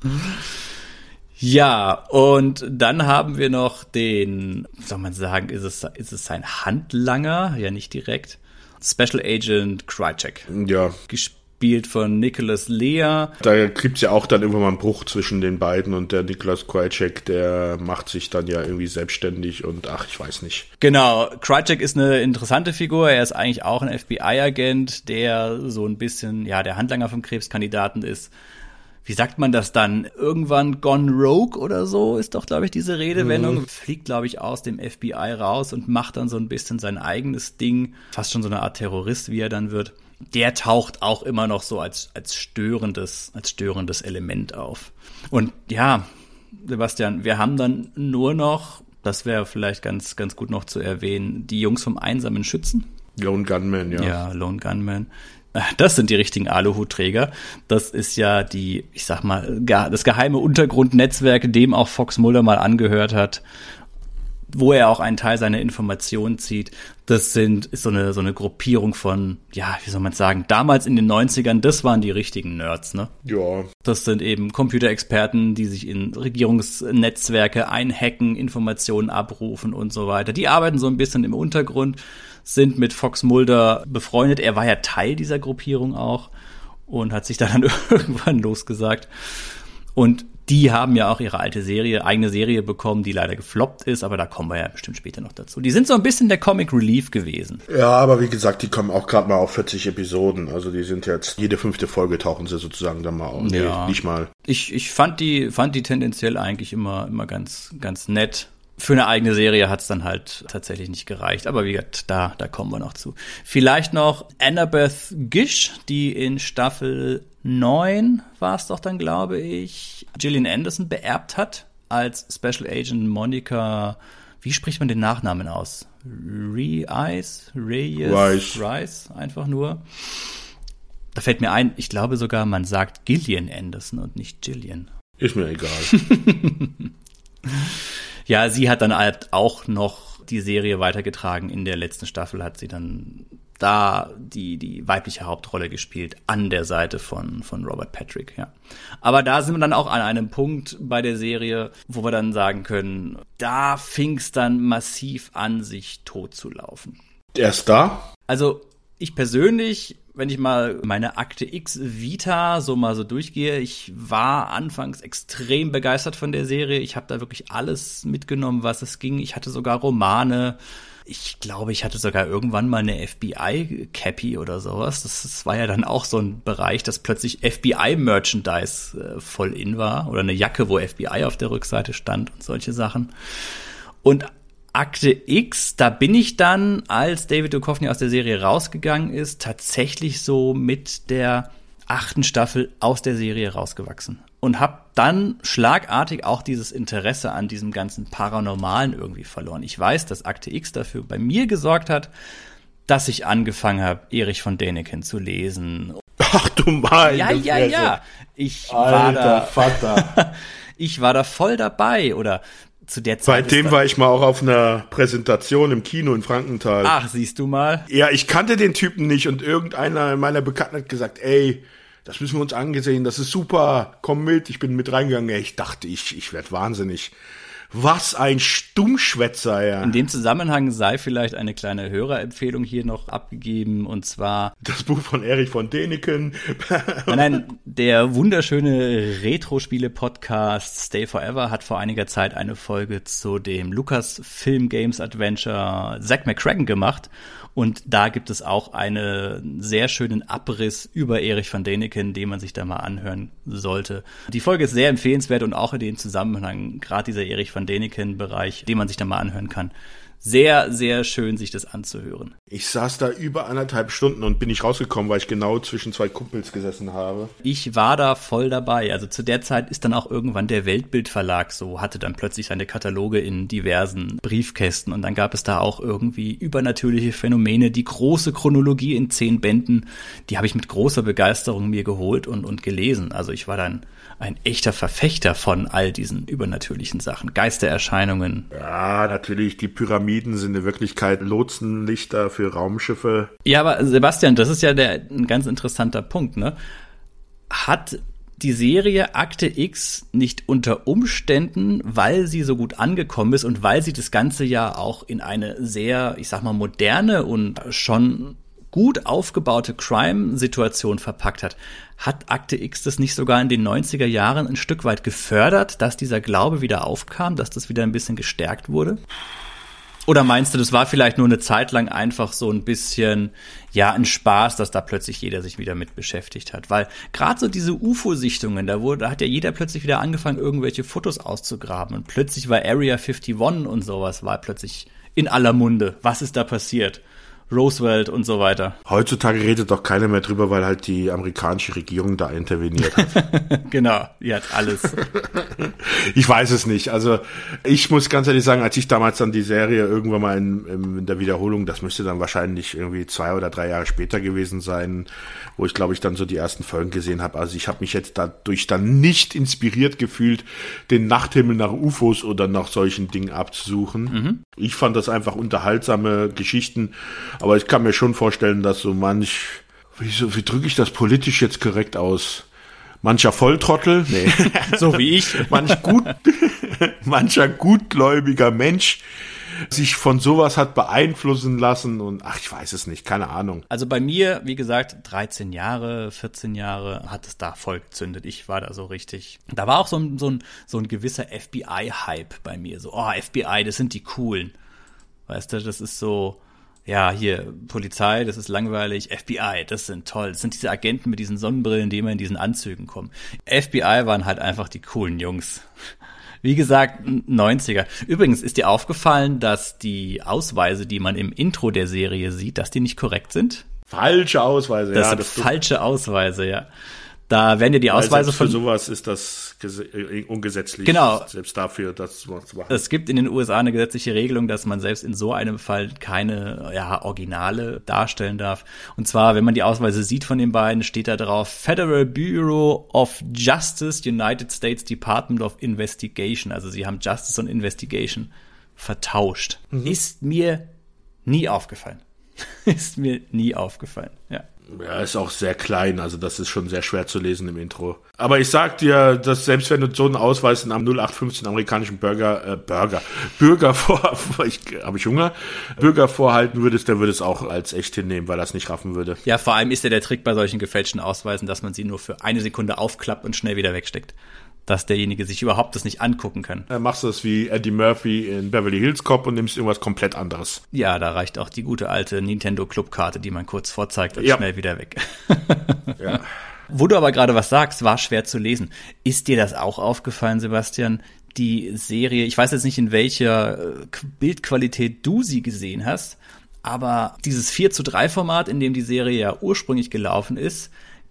Ja, und dann haben wir noch den, soll man sagen, ist es, ist es sein Handlanger? Ja, nicht direkt. Special Agent Krycek. Ja. Gespielt von Nicholas Lea. Da gibt's ja auch dann irgendwann mal einen Bruch zwischen den beiden und der Nicholas Krycek, der macht sich dann ja irgendwie selbstständig und ach, ich weiß nicht. Genau, Krycek ist eine interessante Figur. Er ist eigentlich auch ein F B I-Agent, der so ein bisschen, ja, der Handlanger vom Krebskandidaten ist. Wie sagt man das dann? Irgendwann gone rogue oder so ist doch, glaube ich, diese Redewendung. Mhm. Fliegt, glaube ich, aus dem F B I raus und macht dann so ein bisschen sein eigenes Ding. Fast schon so eine Art Terrorist, wie er dann wird. Der taucht auch immer noch so als, als störendes, als störendes Element auf. Und ja, Sebastian, wir haben dann nur noch, das wäre vielleicht ganz, ganz gut noch zu erwähnen, die Jungs vom einsamen Schützen. Lone Gunman, ja. Ja, Lone Gunman. Das sind die richtigen Aluhutträger. Das ist ja die, ich sag mal, das geheime Untergrundnetzwerk, dem auch Fox Mulder mal angehört hat, wo er auch einen Teil seiner Informationen zieht. Das sind, ist so eine, so eine Gruppierung von, ja, wie soll man sagen, damals in den neunzigern, das waren die richtigen Nerds, ne? Ja. Das sind eben Computerexperten, die sich in Regierungsnetzwerke einhacken, Informationen abrufen und so weiter. Die arbeiten so ein bisschen im Untergrund, sind mit Fox Mulder befreundet. Er war ja Teil dieser Gruppierung auch und hat sich da dann irgendwann losgesagt. Und die haben ja auch ihre alte Serie, eigene Serie bekommen, die leider gefloppt ist, aber da kommen wir ja bestimmt später noch dazu. Die sind so ein bisschen der Comic Relief gewesen. Ja, aber wie gesagt, die kommen auch gerade mal auf vierzig Episoden. Also die sind jetzt, jede fünfte Folge tauchen sie sozusagen dann mal auf. Ja. Nee, nicht mal. Ich, ich fand die, fand die tendenziell eigentlich immer, immer ganz, ganz nett. Für eine eigene Serie hat's dann halt tatsächlich nicht gereicht. Aber wie gesagt, da, da kommen wir noch zu. Vielleicht noch Annabeth Gish, die in Staffel neun war es doch dann, glaube ich, Gillian Anderson beerbt hat als Special Agent Monica. Wie spricht man den Nachnamen aus? Re-Eyes? Reyes? Rice. Rice, einfach nur. Da fällt mir ein, ich glaube sogar, man sagt Gillian Anderson und nicht Gillian. Ist mir egal. Ja, sie hat dann halt auch noch die Serie weitergetragen. In der letzten Staffel hat sie dann da die die weibliche Hauptrolle gespielt an der Seite von von Robert Patrick, ja. Aber da sind wir dann auch an einem Punkt bei der Serie, wo wir dann sagen können, da fing's dann massiv an, sich tot zu laufen. Erst da? Also ich persönlich, wenn ich mal meine Akte X Vita so mal so durchgehe, ich war anfangs extrem begeistert von der Serie. Ich habe da wirklich alles mitgenommen, was es ging. Ich hatte sogar Romane. Ich glaube, ich hatte sogar irgendwann mal eine F B I-Cappy oder sowas. Das, das war ja dann auch so ein Bereich, dass plötzlich F B I-Merchandise äh, voll in war. Oder eine Jacke, wo F B I auf der Rückseite stand und solche Sachen. Und Akte X, da bin ich dann, als David Duchovny aus der Serie rausgegangen ist, tatsächlich so mit der achten Staffel aus der Serie rausgewachsen. Und habe dann schlagartig auch dieses Interesse an diesem ganzen Paranormalen irgendwie verloren. Ich weiß, dass Akte X dafür bei mir gesorgt hat, dass ich angefangen habe, Erich von Däniken zu lesen. Ach du meine Ja, ja, Fresse. ja. Ich Alter war da, Vater. ich war da voll dabei. Oder zu der Zeit. Bei dem war ich mal auch auf einer Präsentation im Kino in Frankenthal. Ach, siehst du mal. Ja, ich kannte den Typen nicht und irgendeiner meiner Bekannten hat gesagt, ey, das müssen wir uns angesehen, das ist super, komm mit. Ich bin mit reingegangen. Ich dachte, ich, ich werde wahnsinnig. Was ein Stummschwätzer, ja. In dem Zusammenhang sei vielleicht eine kleine Hörerempfehlung hier noch abgegeben, und zwar das Buch von Erich von Däniken. Nein, nein, der wunderschöne Retro-Spiele-Podcast Stay Forever hat vor einiger Zeit eine Folge zu dem Lucasfilm Games Adventure Zack McCracken gemacht. Und da gibt es auch einen sehr schönen Abriss über Erich von Däniken, den man sich da mal anhören sollte. Die Folge ist sehr empfehlenswert und auch in dem Zusammenhang, gerade dieser Erich von Däniken-Bereich, den man sich da mal anhören kann. Sehr, sehr schön, sich das anzuhören. Ich saß da über anderthalb Stunden und bin nicht rausgekommen, weil ich genau zwischen zwei Kumpels gesessen habe. Ich war da voll dabei. Also zu der Zeit ist dann auch irgendwann der Weltbild-Verlag so, hatte dann plötzlich seine Kataloge in diversen Briefkästen. Und dann gab es da auch irgendwie übernatürliche Phänomene. Die große Chronologie in zehn Bänden, die habe ich mit großer Begeisterung mir geholt und, und gelesen. Also ich war dann ein echter Verfechter von all diesen übernatürlichen Sachen. Geistererscheinungen. Ja, natürlich die Pyramiden Pyramiden sind in Wirklichkeit Lotsenlichter für Raumschiffe. Ja, aber Sebastian, das ist ja der, ein ganz interessanter Punkt, ne? Hat die Serie Akte X nicht unter Umständen, weil sie so gut angekommen ist und weil sie das Ganze ja auch in eine sehr, ich sag mal, moderne und schon gut aufgebaute Crime-Situation verpackt hat, hat Akte X das nicht sogar in den neunziger Jahren ein Stück weit gefördert, dass dieser Glaube wieder aufkam, dass das wieder ein bisschen gestärkt wurde? Oder meinst du, das war vielleicht nur eine Zeit lang einfach so ein bisschen, ja, ein Spaß, dass da plötzlich jeder sich wieder mit beschäftigt hat? Weil gerade so diese U F O-Sichtungen, da wurde, da hat ja jeder plötzlich wieder angefangen, irgendwelche Fotos auszugraben. Und plötzlich war Area einundfünfzig und sowas, war plötzlich in aller Munde. Was ist da passiert? Roosevelt und so weiter. Heutzutage redet doch keiner mehr drüber, weil halt die amerikanische Regierung da interveniert hat. Genau, die hat alles. Ich weiß es nicht. Also ich muss ganz ehrlich sagen, als ich damals dann die Serie irgendwann mal in, in der Wiederholung, das müsste dann wahrscheinlich irgendwie zwei oder drei Jahre später gewesen sein, wo ich glaube ich dann so die ersten Folgen gesehen habe. Also ich habe mich jetzt dadurch dann nicht inspiriert gefühlt, den Nachthimmel nach U F Os oder nach solchen Dingen abzusuchen. Mhm. Ich fand das einfach unterhaltsame Geschichten. Aber ich kann mir schon vorstellen, dass so manch, wie, so, wie drücke ich das politisch jetzt korrekt aus? Mancher Volltrottel, nee. So wie ich. Manch gut, mancher gutgläubiger Mensch sich von sowas hat beeinflussen lassen und ach, ich weiß es nicht, keine Ahnung. Also bei mir, wie gesagt, dreizehn Jahre, vierzehn Jahre hat es da voll gezündet. Ich war da so richtig. Da war auch so ein, so ein, so ein gewisser F B I-Hype bei mir. So, oh, F B I, das sind die Coolen. Weißt du, das ist so, ja, hier, Polizei, das ist langweilig. F B I, das sind toll. Das sind diese Agenten mit diesen Sonnenbrillen, die immer in diesen Anzügen kommen. F B I waren halt einfach die coolen Jungs. Wie gesagt, neunziger. Übrigens, ist dir aufgefallen, dass die Ausweise, die man im Intro der Serie sieht, dass die nicht korrekt sind? Falsche Ausweise, das ja. Sind das sind falsche Ausweise, ja. Da werden ja die Ausweise von... Für sowas ist das ungesetzlich. Genau. Selbst dafür, das zu machen. Es gibt in den U S A eine gesetzliche Regelung, dass man selbst in so einem Fall keine ja, Originale darstellen darf. Und zwar, wenn man die Ausweise sieht von den beiden, steht da drauf Federal Bureau of Justice, United States Department of Investigation. Also sie haben Justice und Investigation vertauscht. Mhm. Ist mir nie aufgefallen. Ist mir nie aufgefallen, ja. Ja, ist auch sehr klein, also das ist schon sehr schwer zu lesen im Intro. Aber ich sag dir, dass selbst wenn du so einen Ausweis in einem null acht fünfzehn amerikanischen Burger, äh, Burger, Bürger vor, ich, hab ich Hunger, Bürger vorhalten würdest, der würde es auch als echt hinnehmen, weil er es nicht raffen würde. Ja, vor allem ist ja der Trick bei solchen gefälschten Ausweisen, dass man sie nur für eine Sekunde aufklappt und schnell wieder wegsteckt. Dass derjenige sich überhaupt das nicht angucken kann. Dann machst du das wie Eddie Murphy in Beverly Hills Cop und nimmst irgendwas komplett anderes. Ja, da reicht auch die gute alte Nintendo-Clubkarte, die man kurz vorzeigt und ja. schnell wieder weg. Ja. Wo du aber gerade was sagst, war schwer zu lesen. Ist dir das auch aufgefallen, Sebastian? Die Serie, ich weiß jetzt nicht, in welcher Bildqualität du sie gesehen hast, aber dieses vier zu drei Format, in dem die Serie ja ursprünglich gelaufen ist,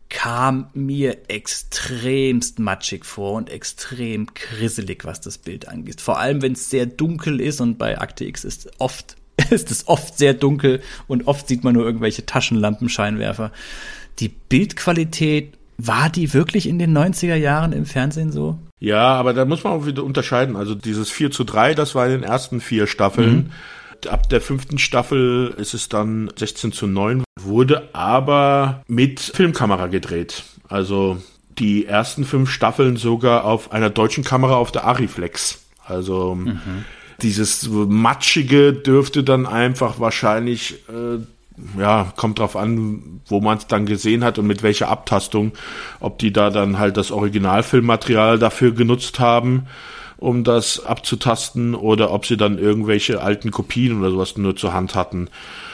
kam mir extremst matschig vor und extrem krisselig, was das Bild angeht. Vor allem, wenn es sehr dunkel ist und bei Akte X ist oft, ist es oft sehr dunkel und oft sieht man nur irgendwelche Taschenlampenscheinwerfer. Die Bildqualität, war die wirklich in den neunziger Jahren im Fernsehen so? Ja, aber da muss man auch wieder unterscheiden. Also dieses vier zu drei, das war in den ersten vier Staffeln. Mhm. Ab der fünften Staffel ist es dann sechzehn zu neun, wurde aber mit Filmkamera gedreht. Also die ersten fünf Staffeln sogar auf einer deutschen Kamera auf der Arriflex. Also mhm. dieses Matschige dürfte dann einfach wahrscheinlich, äh, ja, kommt drauf an, wo man es dann gesehen hat und mit welcher Abtastung, ob die da dann halt das Originalfilmmaterial dafür genutzt haben, um das abzutasten, oder ob sie dann irgendwelche alten Kopien oder sowas nur zur Hand hatten.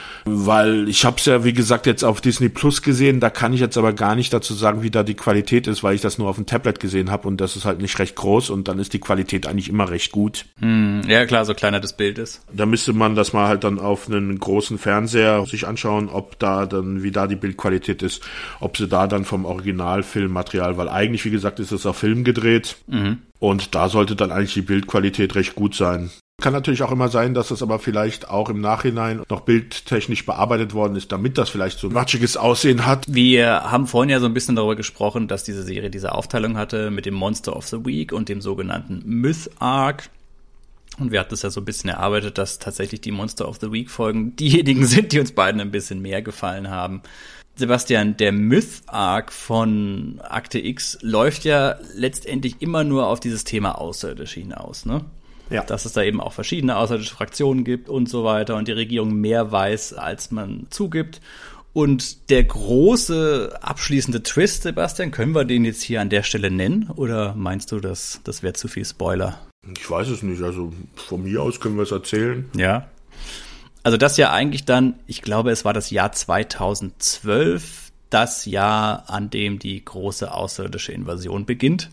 Weil ich habe es ja, wie gesagt, jetzt auf Disney Plus gesehen, da kann ich jetzt aber gar nicht dazu sagen, wie da die Qualität ist, weil ich das nur auf dem Tablet gesehen habe und das ist halt nicht recht groß und dann ist die Qualität eigentlich immer recht gut. Hm, ja klar, so kleiner das Bild ist. Da müsste man das mal halt dann auf einen großen Fernseher sich anschauen, ob da dann, wie da die Bildqualität ist, ob sie da dann vom Originalfilmmaterial, weil eigentlich, wie gesagt, ist es auf Film gedreht. Mhm. Und da sollte dann eigentlich die Bildqualität recht gut sein. Kann natürlich auch immer sein, dass es aber vielleicht auch im Nachhinein noch bildtechnisch bearbeitet worden ist, damit das vielleicht so ein matschiges Aussehen hat. Wir haben vorhin ja so ein bisschen darüber gesprochen, dass diese Serie diese Aufteilung hatte mit dem Monster of the Week und dem sogenannten Myth Arc. Und wir hatten es ja so ein bisschen erarbeitet, dass tatsächlich die Monster of the Week Folgen diejenigen sind, die uns beiden ein bisschen mehr gefallen haben. Sebastian, der Myth-Arc von Akte X läuft ja letztendlich immer nur auf dieses Thema Außerirdische hinaus, ne? Ja. Dass es da eben auch verschiedene außerirdische Fraktionen gibt und so weiter und die Regierung mehr weiß, als man zugibt. Und der große abschließende Twist, Sebastian, können wir den jetzt hier an der Stelle nennen? Oder meinst du, dass das wäre zu viel Spoiler? Ich weiß es nicht. Also von mir aus können wir es erzählen. Ja. Also das ja eigentlich dann, ich glaube, es war das Jahr zweitausendzwölf, das Jahr, an dem die große außerirdische Invasion beginnt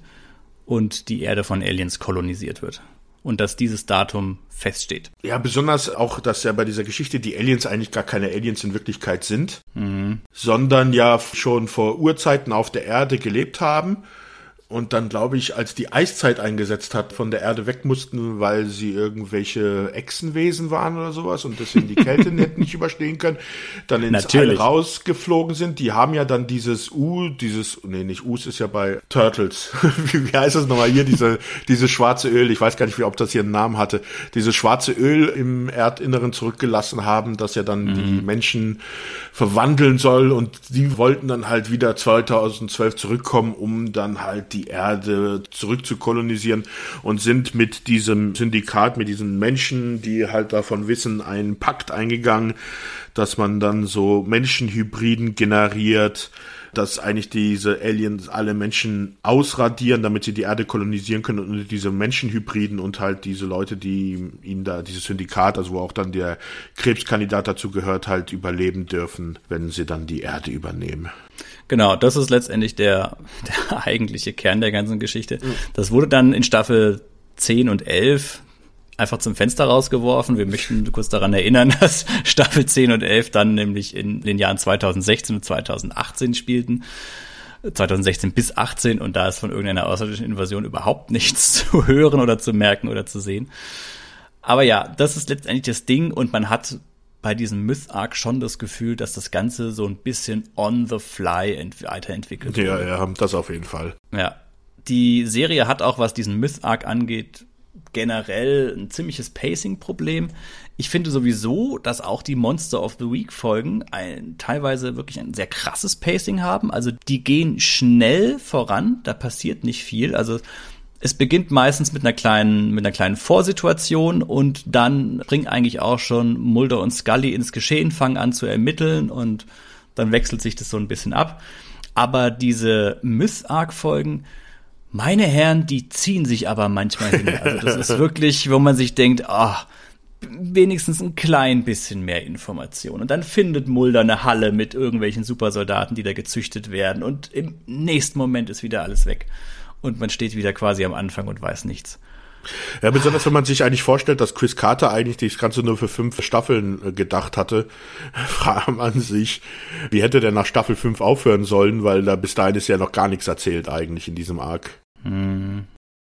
und die Erde von Aliens kolonisiert wird. Und dass dieses Datum feststeht. Ja, besonders auch, dass ja bei dieser Geschichte die Aliens eigentlich gar keine Aliens in Wirklichkeit sind, mhm. sondern ja schon vor Urzeiten auf der Erde gelebt haben. Und dann, glaube ich, als die Eiszeit eingesetzt hat, von der Erde weg mussten, weil sie irgendwelche Echsenwesen waren oder sowas und deswegen die Kälte nicht überstehen können, dann ins All rausgeflogen sind. Die haben ja dann dieses U, dieses, nee, nicht Us ist ja bei Turtles. wie, wie heißt das nochmal hier? Diese, dieses schwarze Öl, ich weiß gar nicht, wie, ob das hier einen Namen hatte. Dieses schwarze Öl im Erdinneren zurückgelassen haben, das ja dann mhm. die Menschen verwandeln soll und die wollten dann halt wieder zweitausendzwölf zurückkommen, um dann halt die die Erde zurück zu kolonisieren und sind mit diesem Syndikat, mit diesen Menschen, die halt davon wissen, einen Pakt eingegangen, dass man dann so Menschenhybriden generiert, dass eigentlich diese Aliens alle Menschen ausradieren, damit sie die Erde kolonisieren können und diese Menschenhybriden und halt diese Leute, die ihnen da, dieses Syndikat, also wo auch dann der Krebskandidat dazu gehört, halt überleben dürfen, wenn sie dann die Erde übernehmen. Genau, das ist letztendlich der, der eigentliche Kern der ganzen Geschichte. Mhm. Das wurde dann in Staffel zehn und elf einfach zum Fenster rausgeworfen. Wir möchten kurz daran erinnern, dass Staffel zehn und elf dann nämlich in den Jahren zweitausendsechzehn und zweitausendachtzehn spielten. zweitausendsechzehn bis achtzehn und da ist von irgendeiner außerirdischen Invasion überhaupt nichts zu hören oder zu merken oder zu sehen. Aber ja, das ist letztendlich das Ding und man hat bei diesem Myth-Arc schon das Gefühl, dass das Ganze so ein bisschen on the fly ent- weiterentwickelt wird. Ja, ja, das auf jeden Fall. Ja, die Serie hat auch, was diesen Myth-Arc angeht, generell ein ziemliches Pacing-Problem. Ich finde sowieso, dass auch die Monster of the Week-Folgen ein, teilweise wirklich ein sehr krasses Pacing haben. Also die gehen schnell voran, da passiert nicht viel. Also es beginnt meistens mit einer kleinen, mit einer kleinen Vorsituation und dann bringen eigentlich auch schon Mulder und Scully ins Geschehen, fangen an zu ermitteln und dann wechselt sich das so ein bisschen ab. Aber diese Myth-Arc-Folgen, meine Herren, die ziehen sich aber manchmal hin. Also das ist wirklich, wo man sich denkt, ah, wenigstens ein klein bisschen mehr Information. Und dann findet Mulder eine Halle mit irgendwelchen Supersoldaten, die da gezüchtet werden und im nächsten Moment ist wieder alles weg. Und man steht wieder quasi am Anfang und weiß nichts. Ja, besonders wenn man sich eigentlich vorstellt, dass Chris Carter eigentlich das Ganze nur für fünf Staffeln gedacht hatte, fragt man sich, wie hätte der nach Staffel fünf aufhören sollen, weil da bis dahin ist ja noch gar nichts erzählt eigentlich in diesem Arc. Hm.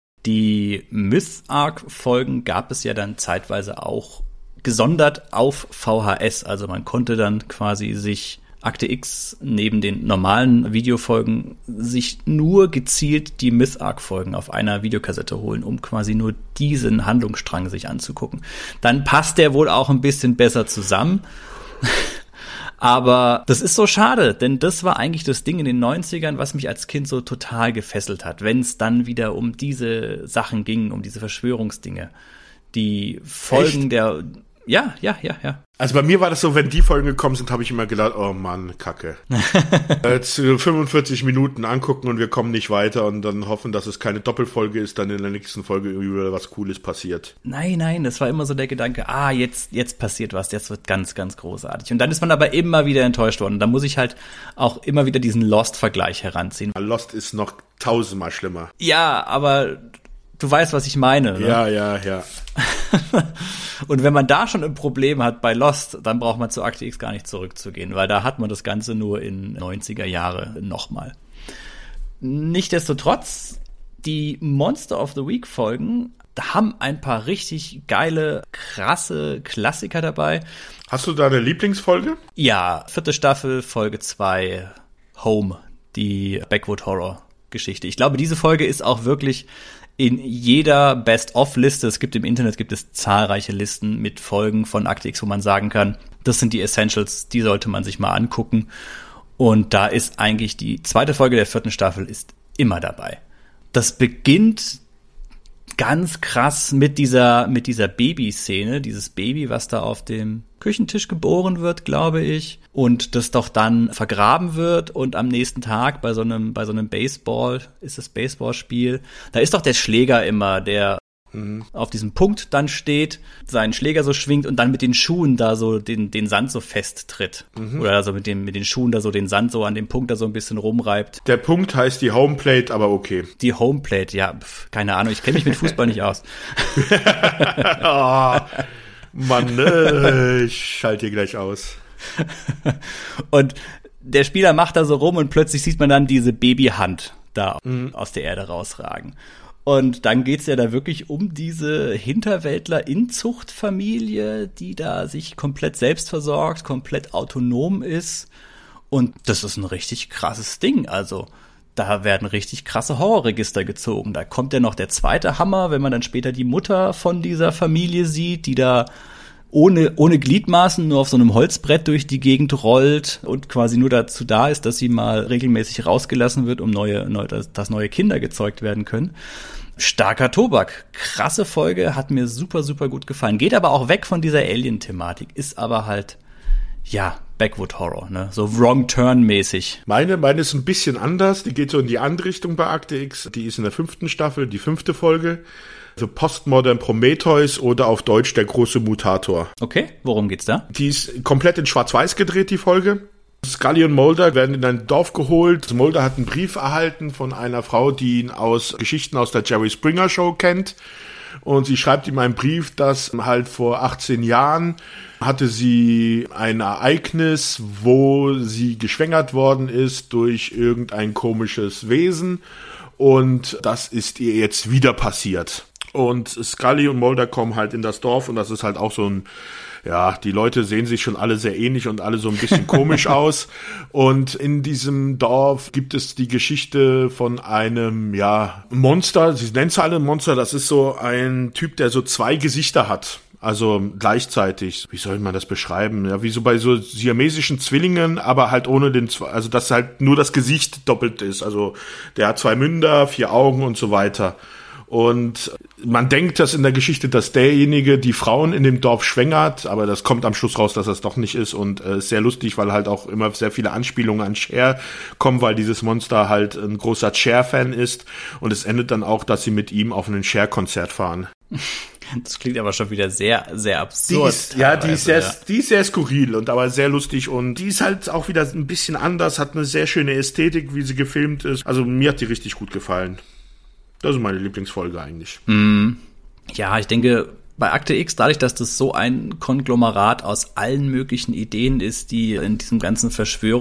Die Myth-Arc-Folgen gab es ja dann zeitweise auch gesondert auf V H S. Also man konnte dann quasi sich Akte X neben den normalen Videofolgen sich nur gezielt die Myth-Arc-Folgen auf einer Videokassette holen, um quasi nur diesen Handlungsstrang sich anzugucken. Dann passt der wohl auch ein bisschen besser zusammen. Aber das ist so schade, denn das war eigentlich das Ding in den neunzigern, was mich als Kind so total gefesselt hat, wenn es dann wieder um diese Sachen ging, um diese Verschwörungsdinge. Die Folgen Echt? der... Ja, ja, ja, ja. Also bei mir war das so, wenn die Folgen gekommen sind, habe ich immer gedacht, oh Mann, Kacke. Jetzt fünfundvierzig Minuten angucken und wir kommen nicht weiter und dann hoffen, dass es keine Doppelfolge ist, dann in der nächsten Folge irgendwie was Cooles passiert. Nein, nein, das war immer so der Gedanke, ah, jetzt, jetzt passiert was, jetzt wird ganz, ganz großartig. Und dann ist man aber immer wieder enttäuscht worden. Und da muss ich halt auch immer wieder diesen Lost-Vergleich heranziehen. Lost ist noch tausendmal schlimmer. Ja, aber du weißt, was ich meine. Ne? Ja, ja, ja. Und wenn man da schon ein Problem hat bei Lost, dann braucht man zu Akte X gar nicht zurückzugehen, weil da hat man das Ganze nur in neunziger Jahre nochmal. Nichtsdestotrotz, die Monster of the Week Folgen haben ein paar richtig geile, krasse Klassiker dabei. Hast du da eine Lieblingsfolge? Ja, vierte Staffel, Folge zwei, Home, die Backwood Horror Geschichte. Ich glaube, diese Folge ist auch wirklich in jeder Best-of-Liste, es gibt im Internet, gibt es zahlreiche Listen mit Folgen von Akte X, wo man sagen kann, das sind die Essentials, die sollte man sich mal angucken. Und da ist eigentlich die zweite Folge der vierten Staffel ist immer dabei. Das beginnt ganz krass mit dieser, mit dieser Babyszene, dieses Baby, was da auf dem Küchentisch geboren wird, glaube ich, und das doch dann vergraben wird und am nächsten Tag bei so einem, bei so einem Baseball, ist das Baseballspiel, da ist doch der Schläger immer, der mhm. auf diesem Punkt dann steht, seinen Schläger so schwingt und dann mit den Schuhen da so den, den Sand so festtritt. Mhm. Oder also mit dem, mit den Schuhen da so den Sand so an dem Punkt da so ein bisschen rumreibt. Der Punkt heißt die Homeplate, aber okay. Die Homeplate, ja, pf, keine Ahnung, ich kenne mich mit Fußball nicht aus. Oh, Mann, äh, ich schalte hier gleich aus. Und der Spieler macht da so rum und plötzlich sieht man dann diese Babyhand da mhm. aus der Erde rausragen. Und dann geht's ja da wirklich um diese Hinterwäldler-Inzuchtfamilie, die da sich komplett selbst versorgt, komplett autonom ist. Und das ist ein richtig krasses Ding. Also da werden richtig krasse Horrorregister gezogen. Da kommt ja noch der zweite Hammer, wenn man dann später die Mutter von dieser Familie sieht, die da ohne ohne Gliedmaßen nur auf so einem Holzbrett durch die Gegend rollt und quasi nur dazu da ist, dass sie mal regelmäßig rausgelassen wird, um neue, neue dass, dass neue Kinder gezeugt werden können. Starker Tobak. Krasse Folge, hat mir super, super gut gefallen. Geht aber auch weg von dieser Alien-Thematik, ist aber halt, ja, Backwood-Horror, ne? So Wrong-Turn-mäßig. Meine, meine ist ein bisschen anders. Die geht so in die andere Richtung bei Akte X. Die ist in der fünften Staffel, die fünfte Folge. The Postmodern Prometheus oder auf Deutsch der große Mutator. Okay, worum geht's da? Die ist komplett in Schwarz-Weiß gedreht, die Folge. Scully und Mulder werden in ein Dorf geholt. Mulder hat einen Brief erhalten von einer Frau, die ihn aus Geschichten aus der Jerry Springer Show kennt. Und sie schreibt ihm einen Brief, dass halt vor achtzehn Jahren hatte sie ein Ereignis, wo sie geschwängert worden ist durch irgendein komisches Wesen. Und das ist ihr jetzt wieder passiert. Und Scully und Mulder kommen halt in das Dorf und das ist halt auch so ein, ja, die Leute sehen sich schon alle sehr ähnlich und alle so ein bisschen komisch aus. Und in diesem Dorf gibt es die Geschichte von einem, ja, Monster. Sie nennen es alle Monster. Das ist so ein Typ, der so zwei Gesichter hat. Also gleichzeitig, wie soll man das beschreiben? Ja, wie so bei so siamesischen Zwillingen, aber halt ohne den, also dass halt nur das Gesicht doppelt ist. Also der hat zwei Münder, vier Augen und so weiter. Und man denkt, dass in der Geschichte, dass derjenige die Frauen in dem Dorf schwängert, aber das kommt am Schluss raus, dass das doch nicht ist und äh, ist sehr lustig, weil halt auch immer sehr viele Anspielungen an Cher kommen, weil dieses Monster halt ein großer Cher-Fan ist und es endet dann auch, dass sie mit ihm auf ein Cher-Konzert fahren. Das klingt aber schon wieder sehr, sehr absurd. Die ist, ja, die ist, sehr, ja. die ist sehr skurril und aber sehr lustig und die ist halt auch wieder ein bisschen anders, hat eine sehr schöne Ästhetik, wie sie gefilmt ist. Also mir hat die richtig gut gefallen. Das ist meine Lieblingsfolge eigentlich. Mm. Ja, ich denke, bei Akte X, dadurch, dass das so ein Konglomerat aus allen möglichen Ideen ist, die in diesem ganzen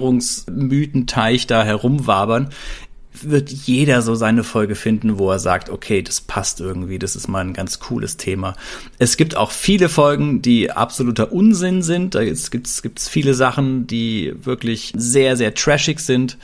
Verschwörungsmythenteich da herumwabern, wird jeder so seine Folge finden, wo er sagt, okay, das passt irgendwie, das ist mal ein ganz cooles Thema. Es gibt auch viele Folgen, die absoluter Unsinn sind. Da gibt's, gibt's, gibt's viele Sachen, die wirklich sehr, sehr trashig sind.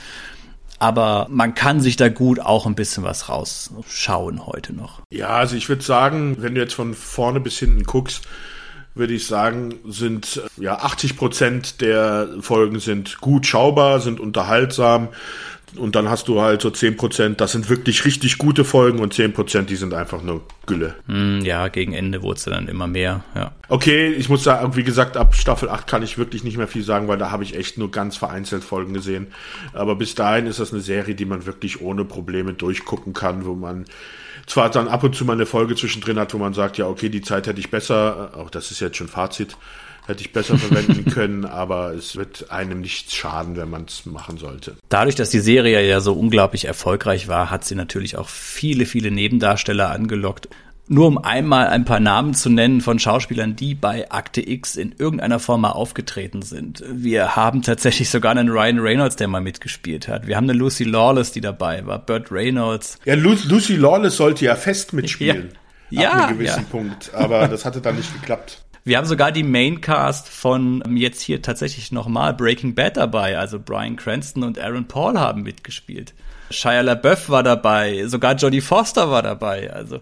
Aber man kann sich da gut auch ein bisschen was rausschauen heute noch. Ja, also ich würde sagen, wenn du jetzt von vorne bis hinten guckst, würde ich sagen, sind ja achtzig Prozent der Folgen sind gut schaubar, sind unterhaltsam. Und dann hast du halt so zehn Prozent, das sind wirklich richtig gute Folgen und zehn Prozent, die sind einfach nur Gülle. Ja, gegen Ende wurde es dann immer mehr, ja. Okay, ich muss sagen, wie gesagt, ab Staffel acht kann ich wirklich nicht mehr viel sagen, weil da habe ich echt nur ganz vereinzelt Folgen gesehen. Aber bis dahin ist das eine Serie, die man wirklich ohne Probleme durchgucken kann, wo man zwar dann ab und zu mal eine Folge zwischendrin hat, wo man sagt, ja, okay, die Zeit hätte ich besser, auch das ist jetzt schon Fazit, hätte ich besser verwenden können, aber es wird einem nichts schaden, wenn man es machen sollte. Dadurch, dass die Serie ja so unglaublich erfolgreich war, hat sie natürlich auch viele, viele Nebendarsteller angelockt. Nur um einmal ein paar Namen zu nennen von Schauspielern, die bei Akte X in irgendeiner Form mal aufgetreten sind. Wir haben tatsächlich sogar einen Ryan Reynolds, der mal mitgespielt hat. Wir haben eine Lucy Lawless, die dabei war, Burt Reynolds. Ja, Lu- Lucy Lawless sollte ja fest mitspielen. Ja, ab ja, einem gewissen ja. Punkt, aber das hatte dann nicht geklappt. Wir haben sogar die Maincast von jetzt hier tatsächlich nochmal Breaking Bad dabei. Also Bryan Cranston und Aaron Paul haben mitgespielt. Shia LaBeouf war dabei, sogar Jodie Foster war dabei. Also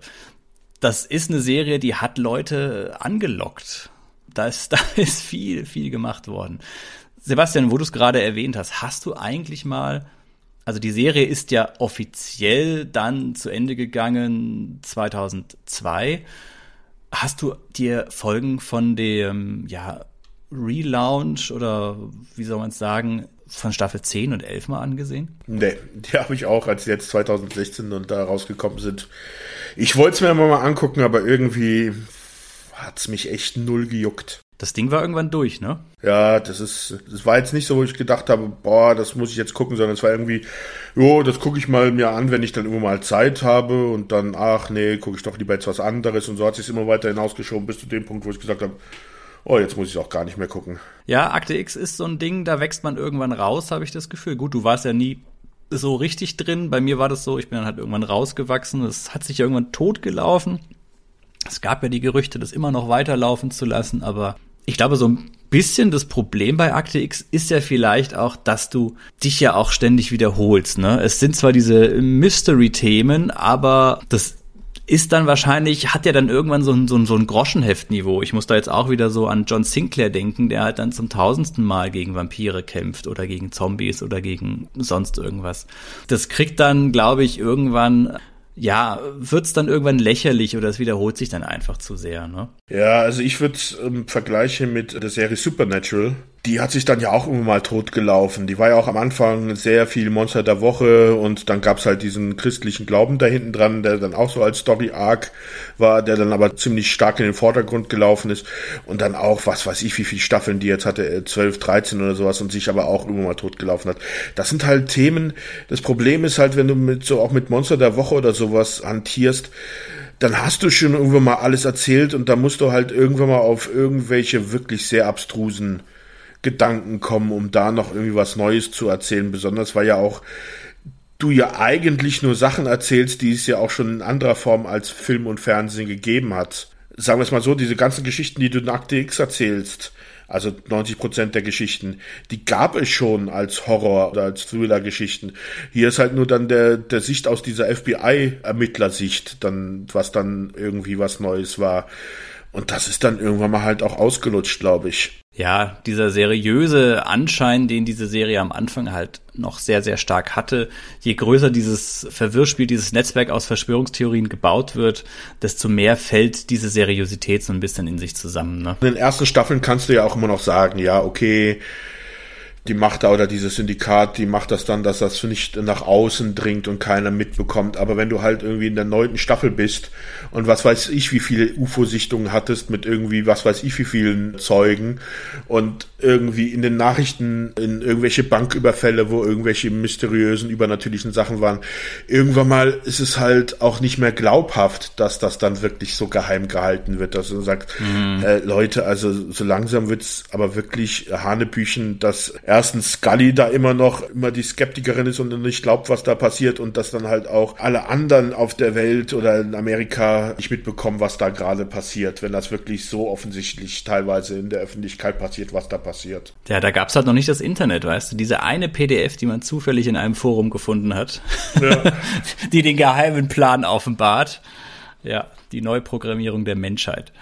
das ist eine Serie, die hat Leute angelockt. Da ist, da ist viel, viel gemacht worden. Sebastian, wo du es gerade erwähnt hast, hast du eigentlich mal, also die Serie ist ja offiziell dann zu Ende gegangen zweitausendzwei. Hast du dir Folgen von dem, ja, Relaunch oder wie soll man es sagen, von Staffel zehn und elf mal angesehen? Nee, die habe ich auch, als sie jetzt zwanzig sechzehn und da rausgekommen sind. Ich wollte es mir mal angucken, aber irgendwie hat's mich echt null gejuckt. Das Ding war irgendwann durch, ne? Ja, das ist, das war jetzt nicht so, wo ich gedacht habe, boah, das muss ich jetzt gucken, sondern es war irgendwie, jo, das gucke ich mal mir an, wenn ich dann immer mal Zeit habe und dann, ach nee, gucke ich doch lieber jetzt was anderes und so hat sich immer weiter hinausgeschoben bis zu dem Punkt, wo ich gesagt habe, oh, jetzt muss ich auch gar nicht mehr gucken. Ja, Akte X ist so ein Ding, da wächst man irgendwann raus, habe ich das Gefühl. Gut, du warst ja nie so richtig drin, bei mir war das so, ich bin dann halt irgendwann rausgewachsen, es hat sich irgendwann totgelaufen. Es gab ja die Gerüchte, das immer noch weiterlaufen zu lassen, aber ich glaube, so ein bisschen das Problem bei Akte X ist ja vielleicht auch, dass du dich ja auch ständig wiederholst, ne? Es sind zwar diese Mystery-Themen, aber das ist dann wahrscheinlich, hat ja dann irgendwann so ein, so ein, so ein Groschenheftniveau. Ich muss da jetzt auch wieder so an John Sinclair denken, der halt dann zum tausendsten Mal gegen Vampire kämpft oder gegen Zombies oder gegen sonst irgendwas. Das kriegt dann, glaube ich, irgendwann, ja, wird's dann irgendwann lächerlich oder es wiederholt sich dann einfach zu sehr, ne? Ja, also ich würde ähm, vergleichen mit der Serie Supernatural. Die hat sich dann ja auch immer mal totgelaufen. Die war ja auch am Anfang sehr viel Monster der Woche und dann gab's halt diesen christlichen Glauben da hinten dran, der dann auch so als Story-Arc war, der dann aber ziemlich stark in den Vordergrund gelaufen ist und dann auch, was weiß ich, wie viele Staffeln die jetzt hatte, zwölf, dreizehn oder sowas und sich aber auch immer mal totgelaufen hat. Das sind halt Themen, das Problem ist halt, wenn du mit so auch mit Monster der Woche oder sowas hantierst, dann hast du schon irgendwann mal alles erzählt und da musst du halt irgendwann mal auf irgendwelche wirklich sehr abstrusen Gedanken kommen, um da noch irgendwie was Neues zu erzählen. Besonders, weil ja auch du ja eigentlich nur Sachen erzählst, die es ja auch schon in anderer Form als Film und Fernsehen gegeben hat. Sagen wir es mal so, diese ganzen Geschichten, die du in Akte X erzählst, also neunzig Prozent der Geschichten, die gab es schon als Horror- oder als Thriller-Geschichten. Hier ist halt nur dann der, der Sicht aus dieser F B I-Ermittlersicht, dann, was dann irgendwie was Neues war. Und das ist dann irgendwann mal halt auch ausgelutscht, glaube ich. Ja, dieser seriöse Anschein, den diese Serie am Anfang halt noch sehr, sehr stark hatte, je größer dieses Verwirrspiel, dieses Netzwerk aus Verschwörungstheorien gebaut wird, desto mehr fällt diese Seriosität so ein bisschen in sich zusammen, ne? In den ersten Staffeln kannst du ja auch immer noch sagen, ja, okay, die macht da oder dieses Syndikat, die macht das dann, dass das nicht nach außen dringt und keiner mitbekommt. Aber wenn du halt irgendwie in der neunten Staffel bist und was weiß ich, wie viele U F O-Sichtungen hattest mit irgendwie, was weiß ich, wie vielen Zeugen und irgendwie in den Nachrichten in irgendwelche Banküberfälle, wo irgendwelche mysteriösen, übernatürlichen Sachen waren, irgendwann mal ist es halt auch nicht mehr glaubhaft, dass das dann wirklich so geheim gehalten wird, dass man sagt, mhm. äh, Leute, also so langsam wird's aber wirklich Hanebüchen, dass erstens Scully da immer noch immer die Skeptikerin ist und nicht glaubt, was da passiert und dass dann halt auch alle anderen auf der Welt oder in Amerika nicht mitbekommen, was da gerade passiert, wenn das wirklich so offensichtlich teilweise in der Öffentlichkeit passiert, was da passiert. Ja, da gab's halt noch nicht das Internet, weißt du, diese eine P D F, die man zufällig in einem Forum gefunden hat, ja. die den geheimen Plan offenbart. Ja, die Neuprogrammierung der Menschheit.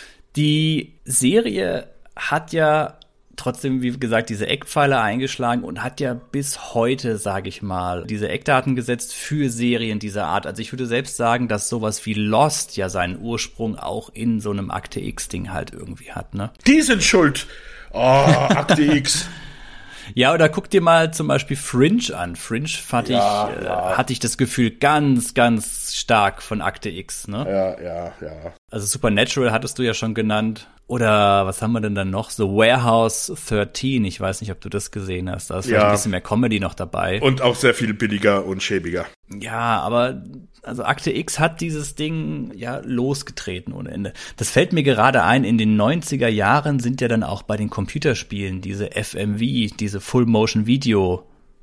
Die Serie hat ja trotzdem, wie gesagt, diese Eckpfeiler eingeschlagen und hat ja bis heute, sage ich mal, diese Eckdaten gesetzt für Serien dieser Art. Also ich würde selbst sagen, dass sowas wie Lost ja seinen Ursprung auch in so einem Akte X-Ding halt irgendwie hat, ne? Die sind schuld! Oh, Akte X! Ja, oder guck dir mal zum Beispiel Fringe an. Fringe hatte ja, ich, ja. Äh, hatte ich das Gefühl ganz, ganz stark von Akte X, ne? Ja, ja, ja. Also Supernatural hattest du ja schon genannt. Oder was haben wir denn dann noch? So Warehouse dreizehn, ich weiß nicht, ob du das gesehen hast. Da ist vielleicht ja. ein bisschen mehr Comedy noch dabei. Und auch sehr viel billiger und schäbiger. Ja, aber also Akte X hat dieses Ding ja losgetreten ohne Ende. Das fällt mir gerade ein, in den neunziger Jahren sind ja dann auch bei den Computerspielen diese F M V, diese Full-Motion-Video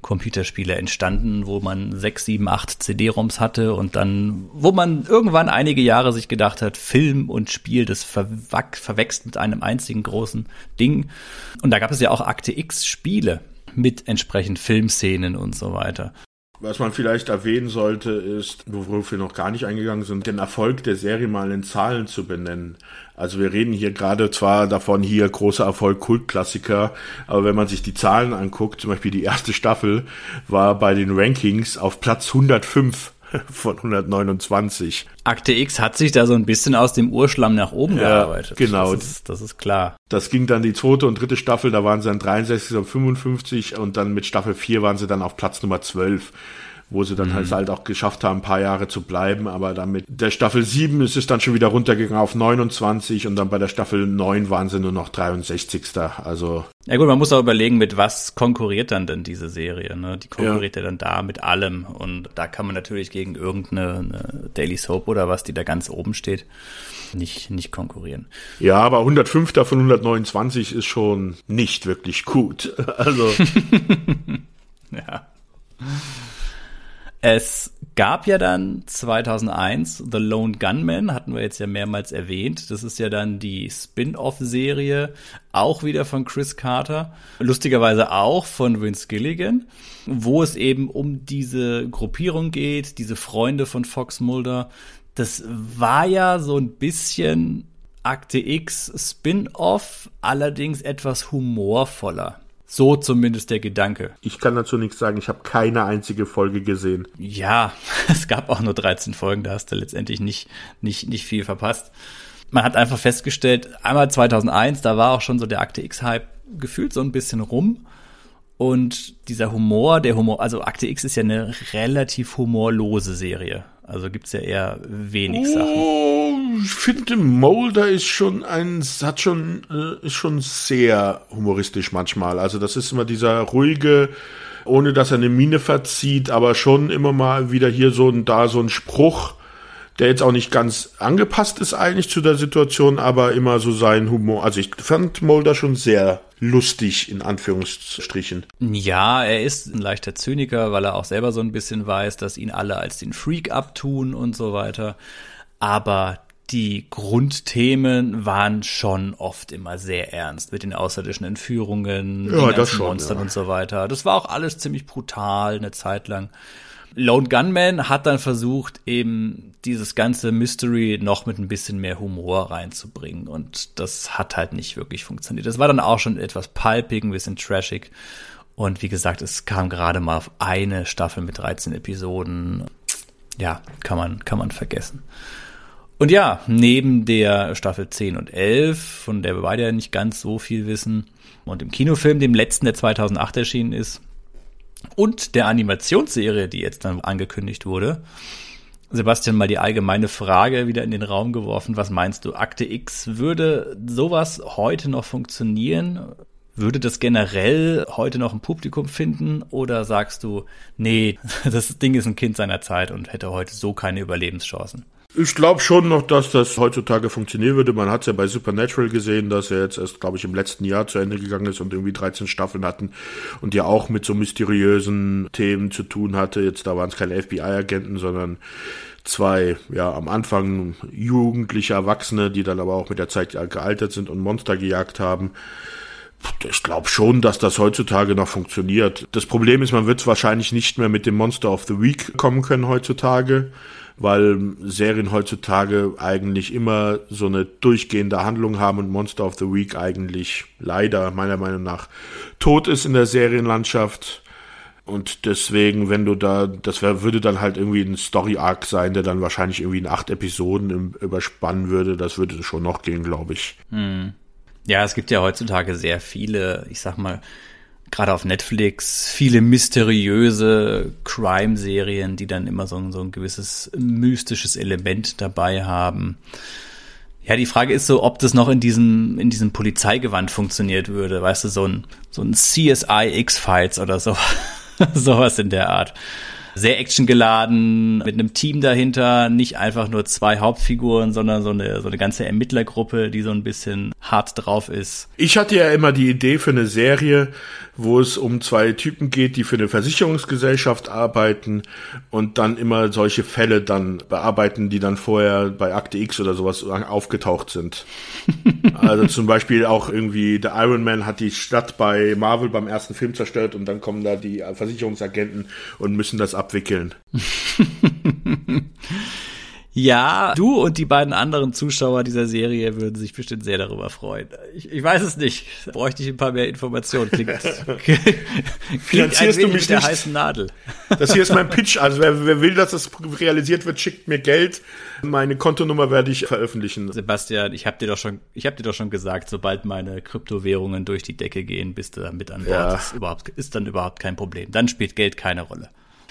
Computerspiele entstanden, wo man sechs, sieben, acht C D-ROMs hatte und dann, wo man irgendwann einige Jahre sich gedacht hat, Film und Spiel, das verwack, verwächst mit einem einzigen großen Ding. Und da gab es ja auch Akte X-Spiele mit entsprechend Filmszenen und so weiter. Was man vielleicht erwähnen sollte, ist, worauf wir noch gar nicht eingegangen sind, den Erfolg der Serie mal in Zahlen zu benennen. Also wir reden hier gerade zwar davon, hier großer Erfolg, Kultklassiker, aber wenn man sich die Zahlen anguckt, zum Beispiel die erste Staffel war bei den Rankings auf Platz hundertfünf von hundertneunundzwanzig. Akte X hat sich da so ein bisschen aus dem Urschlamm nach oben ja, gearbeitet. Genau. Das ist, das ist klar. Das ging dann die zweite und dritte Staffel, da waren sie dann dreiundsechzig und fünfundfünfzig und dann mit Staffel vier waren sie dann auf Platz Nummer zwölf, wo sie dann mhm. halt auch geschafft haben, ein paar Jahre zu bleiben, aber dann mit der Staffel sieben ist es dann schon wieder runtergegangen auf neunundzwanzig und dann bei der Staffel neun waren sie nur noch dreiundsechzigster. Also ja gut, man muss auch überlegen, mit was konkurriert dann denn diese Serie, ne? Die konkurriert ja. ja dann da mit allem und da kann man natürlich gegen irgendeine eine Daily Soap oder was, die da ganz oben steht, nicht, nicht konkurrieren. Ja, aber hundertfünfter von hundertneunundzwanzig ist schon nicht wirklich gut. Also ja. Es gab ja dann zweitausendeins The Lone Gunman, hatten wir jetzt ja mehrmals erwähnt. Das ist ja dann die Spin-off-Serie, auch wieder von Chris Carter. Lustigerweise auch von Vince Gilligan, wo es eben um diese Gruppierung geht, diese Freunde von Fox Mulder. Das war ja so ein bisschen Akte X Spin-off, allerdings etwas humorvoller. So zumindest der Gedanke. Ich kann dazu nichts sagen, ich habe keine einzige Folge gesehen. Ja, es gab auch nur dreizehn Folgen, da hast du letztendlich nicht, nicht, nicht viel verpasst. Man hat einfach festgestellt, einmal zweitausendeins, da war auch schon so der Akte X-Hype gefühlt so ein bisschen rum. Und dieser Humor, der Humor, also Akte X ist ja eine relativ humorlose Serie. Also gibt's ja eher wenig Sachen. Oh, ich finde, Mulder ist schon ein, hat schon, äh, ist schon sehr humoristisch manchmal. Also das ist immer dieser ruhige, ohne dass er eine Miene verzieht, aber schon immer mal wieder hier so ein, da so ein Spruch, der jetzt auch nicht ganz angepasst ist eigentlich zu der Situation, aber immer so sein Humor. Also ich fand Mulder schon sehr lustig, in Anführungsstrichen. Ja, er ist ein leichter Zyniker, weil er auch selber so ein bisschen weiß, dass ihn alle als den Freak abtun und so weiter. Aber die Grundthemen waren schon oft immer sehr ernst mit den außerirdischen Entführungen, ja, den ganzen schon, Monstern ja. und so weiter. Das war auch alles ziemlich brutal eine Zeit lang. Lone Gunman hat dann versucht, eben dieses ganze Mystery noch mit ein bisschen mehr Humor reinzubringen. Und das hat halt nicht wirklich funktioniert. Das war dann auch schon etwas pulpig, ein bisschen trashig. Und wie gesagt, es kam gerade mal auf eine Staffel mit dreizehn Episoden. Ja, kann man, kann man vergessen. Und ja, neben der Staffel zehn und elf, von der wir beide ja nicht ganz so viel wissen, und dem Kinofilm, dem letzten, der zweitausendacht erschienen ist, und der Animationsserie, die jetzt dann angekündigt wurde. Sebastian, mal die allgemeine Frage wieder in den Raum geworfen. Was meinst du, Akte X, würde sowas heute noch funktionieren? Würde das generell heute noch ein Publikum finden? Oder sagst du, nee, das Ding ist ein Kind seiner Zeit und hätte heute so keine Überlebenschancen? Ich glaube schon noch, dass das heutzutage funktionieren würde. Man hat es ja bei Supernatural gesehen, dass er jetzt erst, glaube ich, im letzten Jahr zu Ende gegangen ist und irgendwie dreizehn Staffeln hatten und ja auch mit so mysteriösen Themen zu tun hatte. Jetzt, da waren es keine F B I-Agenten, sondern zwei, ja, am Anfang jugendliche Erwachsene, die dann aber auch mit der Zeit gealtert sind und Monster gejagt haben. Ich glaube schon, dass das heutzutage noch funktioniert. Das Problem ist, man wird wahrscheinlich nicht mehr mit dem Monster of the Week kommen können heutzutage, weil Serien heutzutage eigentlich immer so eine durchgehende Handlung haben und Monster of the Week eigentlich leider meiner Meinung nach tot ist in der Serienlandschaft. Und deswegen, wenn du da, das wär, würde dann halt irgendwie ein Story-Arc sein, der dann wahrscheinlich irgendwie in acht Episoden im, überspannen würde. Das würde schon noch gehen, glaube ich. Hm. Ja, es gibt ja heutzutage sehr viele, ich sag mal, gerade auf Netflix, viele mysteriöse Crime-Serien, die dann immer so ein, so ein gewisses mystisches Element dabei haben. Ja, die Frage ist so, ob das noch in diesem, in diesem Polizeigewand funktioniert würde. Weißt du, so ein, so ein C S I X-Files oder so, sowas in der Art. sehr actiongeladen, mit einem Team dahinter, nicht einfach nur zwei Hauptfiguren, sondern so eine, so eine ganze Ermittlergruppe, die so ein bisschen hart drauf ist. Ich hatte ja immer die Idee für eine Serie, wo es um zwei Typen geht, die für eine Versicherungsgesellschaft arbeiten und dann immer solche Fälle dann bearbeiten, die dann vorher bei Akte X oder sowas aufgetaucht sind. Also zum Beispiel auch irgendwie der Iron Man hat die Stadt bei Marvel beim ersten Film zerstört und dann kommen da die Versicherungsagenten und müssen das abwickeln. Ja, du und die beiden anderen Zuschauer dieser Serie würden sich bestimmt sehr darüber freuen. Ich, ich weiß es nicht. Da bräuchte ich ein paar mehr Informationen. Klingt, klingt ein wenig mit der heißen Nadel. Das hier ist mein Pitch. Also wer, wer will, dass das realisiert wird, schickt mir Geld. Meine Kontonummer werde ich veröffentlichen. Sebastian, ich habe dir doch schon, ich habe dir doch schon gesagt, sobald meine Kryptowährungen durch die Decke gehen, bist du dann mit an Bord. Ja. Das ist überhaupt, ist dann überhaupt kein Problem. Dann spielt Geld keine Rolle.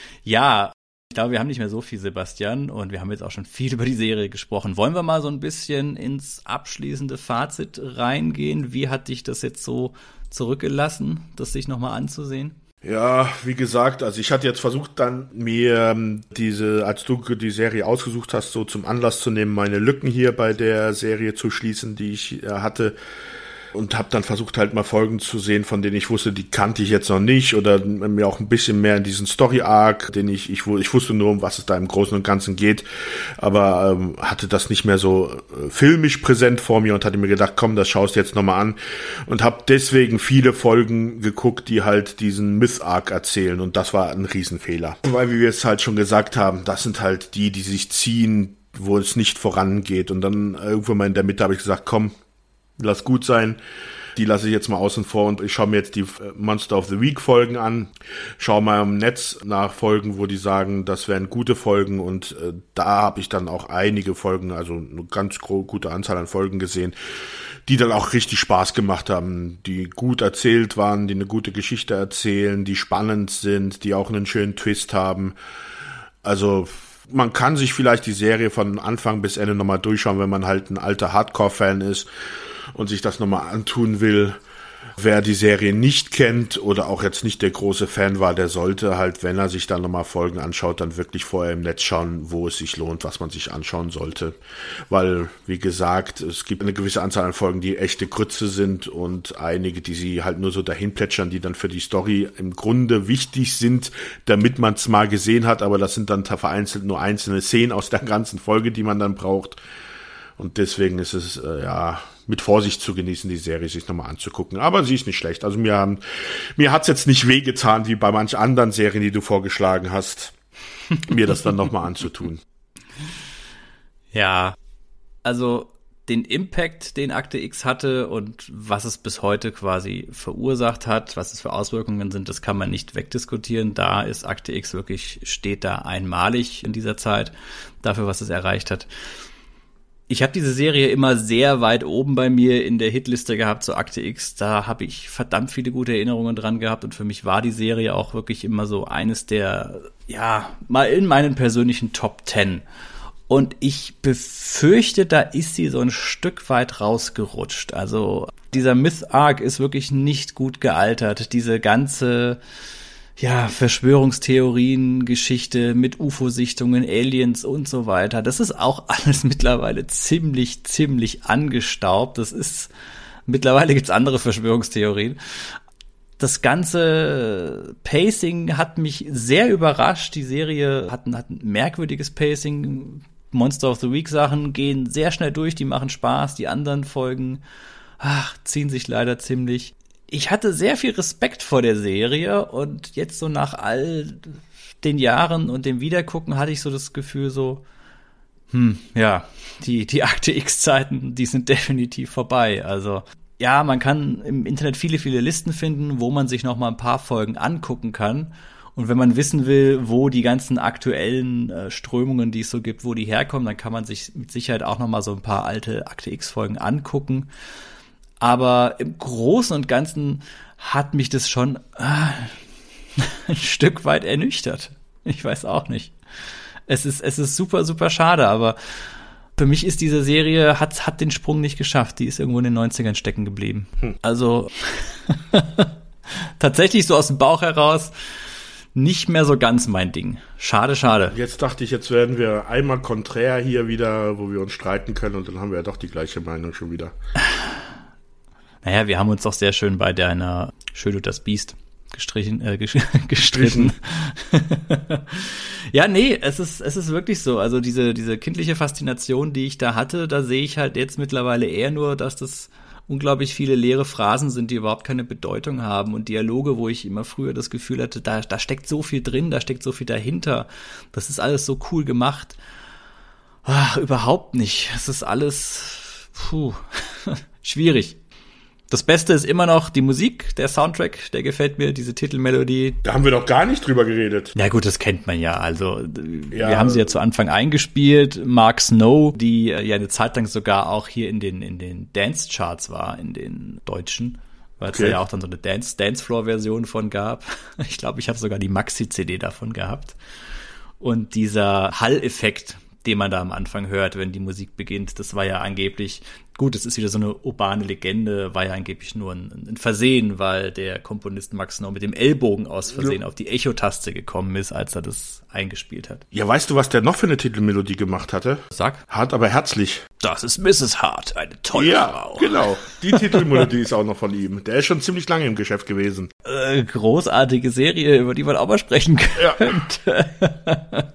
Ja. Ich glaube, wir haben nicht mehr so viel, Sebastian, und wir haben jetzt auch schon viel über die Serie gesprochen. Wollen wir mal so ein bisschen ins abschließende Fazit reingehen? Wie hat dich das jetzt so zurückgelassen, das sich nochmal anzusehen? Ja, wie gesagt, also ich hatte jetzt versucht dann mir ähm, diese, als du die Serie ausgesucht hast, so zum Anlass zu nehmen, meine Lücken hier bei der Serie zu schließen, die ich äh, hatte. Und habe dann versucht halt mal Folgen zu sehen, von denen ich wusste, die kannte ich jetzt noch nicht, oder mir auch ein bisschen mehr in diesen Story-Arc, den ich, ich, ich wusste nur, um was es da im Großen und Ganzen geht, aber ähm, hatte das nicht mehr so äh, filmisch präsent vor mir und hatte mir gedacht, komm, das schaust du jetzt nochmal an, und habe deswegen viele Folgen geguckt, die halt diesen Myth-Arc erzählen, und das war ein Riesenfehler. Weil, wie wir es halt schon gesagt haben, das sind halt die, die sich ziehen, wo es nicht vorangeht, und dann irgendwann mal in der Mitte habe ich gesagt, komm, lass gut sein, die lasse ich jetzt mal außen vor und ich schaue mir jetzt die Monster of the Week Folgen an, schaue mal im Netz nach Folgen, wo die sagen, das wären gute Folgen, und äh, da habe ich dann auch einige Folgen, also eine ganz gro- gute Anzahl an Folgen gesehen, die dann auch richtig Spaß gemacht haben, die gut erzählt waren, die eine gute Geschichte erzählen, die spannend sind, die auch einen schönen Twist haben. Also man kann sich vielleicht die Serie von Anfang bis Ende nochmal durchschauen, wenn man halt ein alter Hardcore-Fan ist und sich das nochmal antun will. Wer die Serie nicht kennt oder auch jetzt nicht der große Fan war, der sollte halt, wenn er sich dann nochmal Folgen anschaut, dann wirklich vorher im Netz schauen, wo es sich lohnt, was man sich anschauen sollte. Weil, wie gesagt, es gibt eine gewisse Anzahl an Folgen, die echte Grütze sind, und einige, die sie halt nur so dahin plätschern, die dann für die Story im Grunde wichtig sind, damit man es mal gesehen hat, aber das sind dann vereinzelt nur einzelne Szenen aus der ganzen Folge, die man dann braucht. Und deswegen ist es, äh, ja, mit Vorsicht zu genießen, die Serie sich nochmal anzugucken. Aber sie ist nicht schlecht. Also mir haben, mir hat's jetzt nicht wehgetan, wie bei manch anderen Serien, die du vorgeschlagen hast, mir das dann nochmal anzutun. Ja, also den Impact, den Akte X hatte und was es bis heute quasi verursacht hat, was es für Auswirkungen sind, das kann man nicht wegdiskutieren. Da ist Akte X wirklich, steht da einmalig in dieser Zeit dafür, was es erreicht hat. Ich habe diese Serie immer sehr weit oben bei mir in der Hitliste gehabt, so Akte X. Da habe ich verdammt viele gute Erinnerungen dran gehabt, und für mich war die Serie auch wirklich immer so eines der, ja, mal in meinen persönlichen Top Ten. Und ich befürchte, da ist sie so ein Stück weit rausgerutscht. Also dieser Myth-Arc ist wirklich nicht gut gealtert. Diese ganze, ja, Verschwörungstheorien, Geschichte mit U F O-Sichtungen, Aliens und so weiter. Das ist auch alles mittlerweile ziemlich, ziemlich angestaubt. Das ist, mittlerweile gibt's andere Verschwörungstheorien. Das ganze Pacing hat mich sehr überrascht. Die Serie hat ein, hat ein merkwürdiges Pacing. Monster of the Week Sachen gehen sehr schnell durch, die machen Spaß. Die anderen Folgen, ach, ziehen sich leider ziemlich. Ich hatte sehr viel Respekt vor der Serie, und jetzt so nach all den Jahren und dem Wiedergucken hatte ich so das Gefühl so, hm, ja, die, die Akte X-Zeiten, die sind definitiv vorbei. Also, ja, man kann im Internet viele, viele Listen finden, wo man sich noch mal ein paar Folgen angucken kann. Und wenn man wissen will, wo die ganzen aktuellen äh, Strömungen, die es so gibt, wo die herkommen, dann kann man sich mit Sicherheit auch noch mal so ein paar alte Akte X-Folgen angucken. Aber im Großen und Ganzen hat mich das schon ah, ein Stück weit ernüchtert. Ich weiß auch nicht. Es ist, es ist super, super schade, aber für mich ist diese Serie, hat, hat den Sprung nicht geschafft. Die ist irgendwo in den neunzigern stecken geblieben. Hm. Also tatsächlich so aus dem Bauch heraus, nicht mehr so ganz mein Ding. Schade, schade. Jetzt dachte ich, jetzt werden wir einmal konträr hier wieder, wo wir uns streiten können und dann haben wir ja doch die gleiche Meinung schon wieder. Naja, wir haben uns doch sehr schön bei deiner Schön und das Biest gestrichen, äh, gestritten. Ja, nee, es ist, es ist wirklich so. Also diese, diese kindliche Faszination, die ich da hatte, da sehe ich halt jetzt mittlerweile eher nur, dass das unglaublich viele leere Phrasen sind, die überhaupt keine Bedeutung haben und Dialoge, wo ich immer früher das Gefühl hatte, da, da steckt so viel drin, da steckt so viel dahinter. Das ist alles so cool gemacht. Ach, überhaupt nicht. Es ist alles, puh, schwierig. Das Beste ist immer noch die Musik, der Soundtrack, der gefällt mir, diese Titelmelodie. Da haben wir doch gar nicht drüber geredet. Ja gut, das kennt man ja. Also ja. Wir haben sie ja zu Anfang eingespielt. Mark Snow, die ja eine Zeit lang sogar auch hier in den in den Dance-Charts war, in den deutschen, weil es okay. ja auch dann so eine Dance Dancefloor-Version von gab. Ich glaube, ich habe sogar die Maxi-C D davon gehabt. Und dieser Hall-Effekt, den man da am Anfang hört, wenn die Musik beginnt, das war ja angeblich, gut, es ist wieder so eine urbane Legende, war ja angeblich nur ein, ein Versehen, weil der Komponist Max Snow mit dem Ellbogen aus Versehen ja. auf die Echo-Taste gekommen ist, als er das eingespielt hat. Ja, weißt du, was der noch für eine Titelmelodie gemacht hatte? Sag. Hart, aber herzlich. Das ist Misses Hart, eine tolle ja, Frau. Ja, genau. Die Titelmelodie ist auch noch von ihm. Der ist schon ziemlich lange im Geschäft gewesen. Äh, großartige Serie, über die man auch mal sprechen könnte. Ja.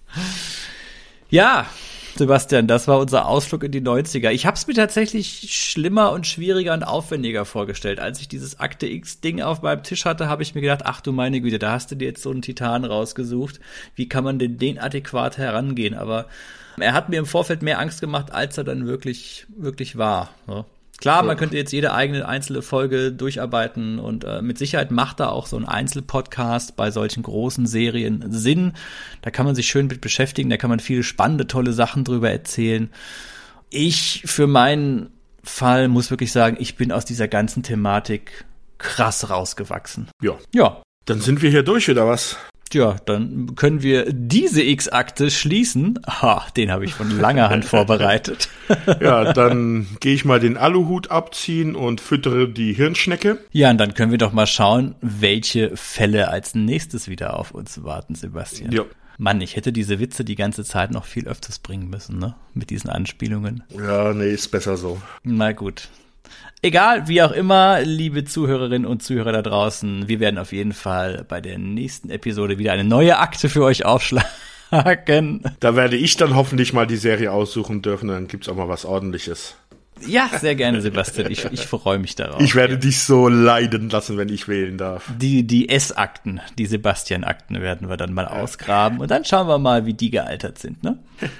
Ja, Sebastian, das war unser Ausflug in die neunziger. Ich habe es mir tatsächlich schlimmer und schwieriger und aufwendiger vorgestellt. Als ich dieses Akte X-Ding auf meinem Tisch hatte, habe ich mir gedacht, ach du meine Güte, da hast du dir jetzt so einen Titan rausgesucht. Wie kann man denn den adäquat herangehen? Aber er hat mir im Vorfeld mehr Angst gemacht, als er dann wirklich, wirklich war. Ja. Klar, man könnte jetzt jede eigene einzelne Folge durcharbeiten und äh, mit Sicherheit macht da auch so ein Einzelpodcast bei solchen großen Serien Sinn. Da kann man sich schön mit beschäftigen, da kann man viele spannende, tolle Sachen drüber erzählen. Ich für meinen Fall muss wirklich sagen, ich bin aus dieser ganzen Thematik krass rausgewachsen. Ja. Ja. Dann sind wir hier durch, oder was? Ja, dann können wir diese X-Akte schließen. Ha, den habe ich von langer Hand vorbereitet. Ja, dann gehe ich mal den Aluhut abziehen und füttere die Hirnschnecke. Ja, und dann können wir doch mal schauen, welche Fälle als nächstes wieder auf uns warten, Sebastian. Ja. Mann, ich hätte diese Witze die ganze Zeit noch viel öfters bringen müssen, ne? Mit diesen Anspielungen. Ja, nee, ist besser so. Na gut. Egal, wie auch immer, liebe Zuhörerinnen und Zuhörer da draußen, wir werden auf jeden Fall bei der nächsten Episode wieder eine neue Akte für euch aufschlagen. Da werde ich dann hoffentlich mal die Serie aussuchen dürfen, dann gibt's auch mal was Ordentliches. Ja, sehr gerne, Sebastian. Ich, ich freue mich darauf. Ich werde ja. dich so leiden lassen, wenn ich wählen darf. Die, die S-Akten, die Sebastian-Akten werden wir dann mal ausgraben und dann schauen wir mal, wie die gealtert sind, ne?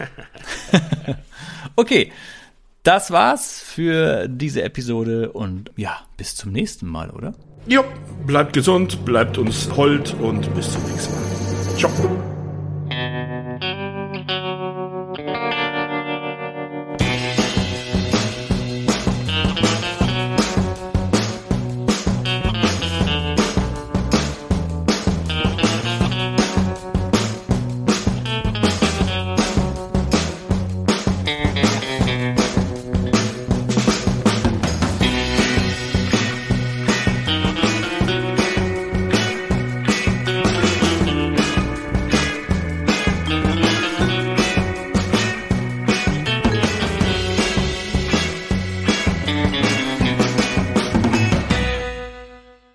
Okay. Das war's für diese Episode und ja, bis zum nächsten Mal, oder? Jo, bleibt gesund, bleibt uns hold und bis zum nächsten Mal. Ciao.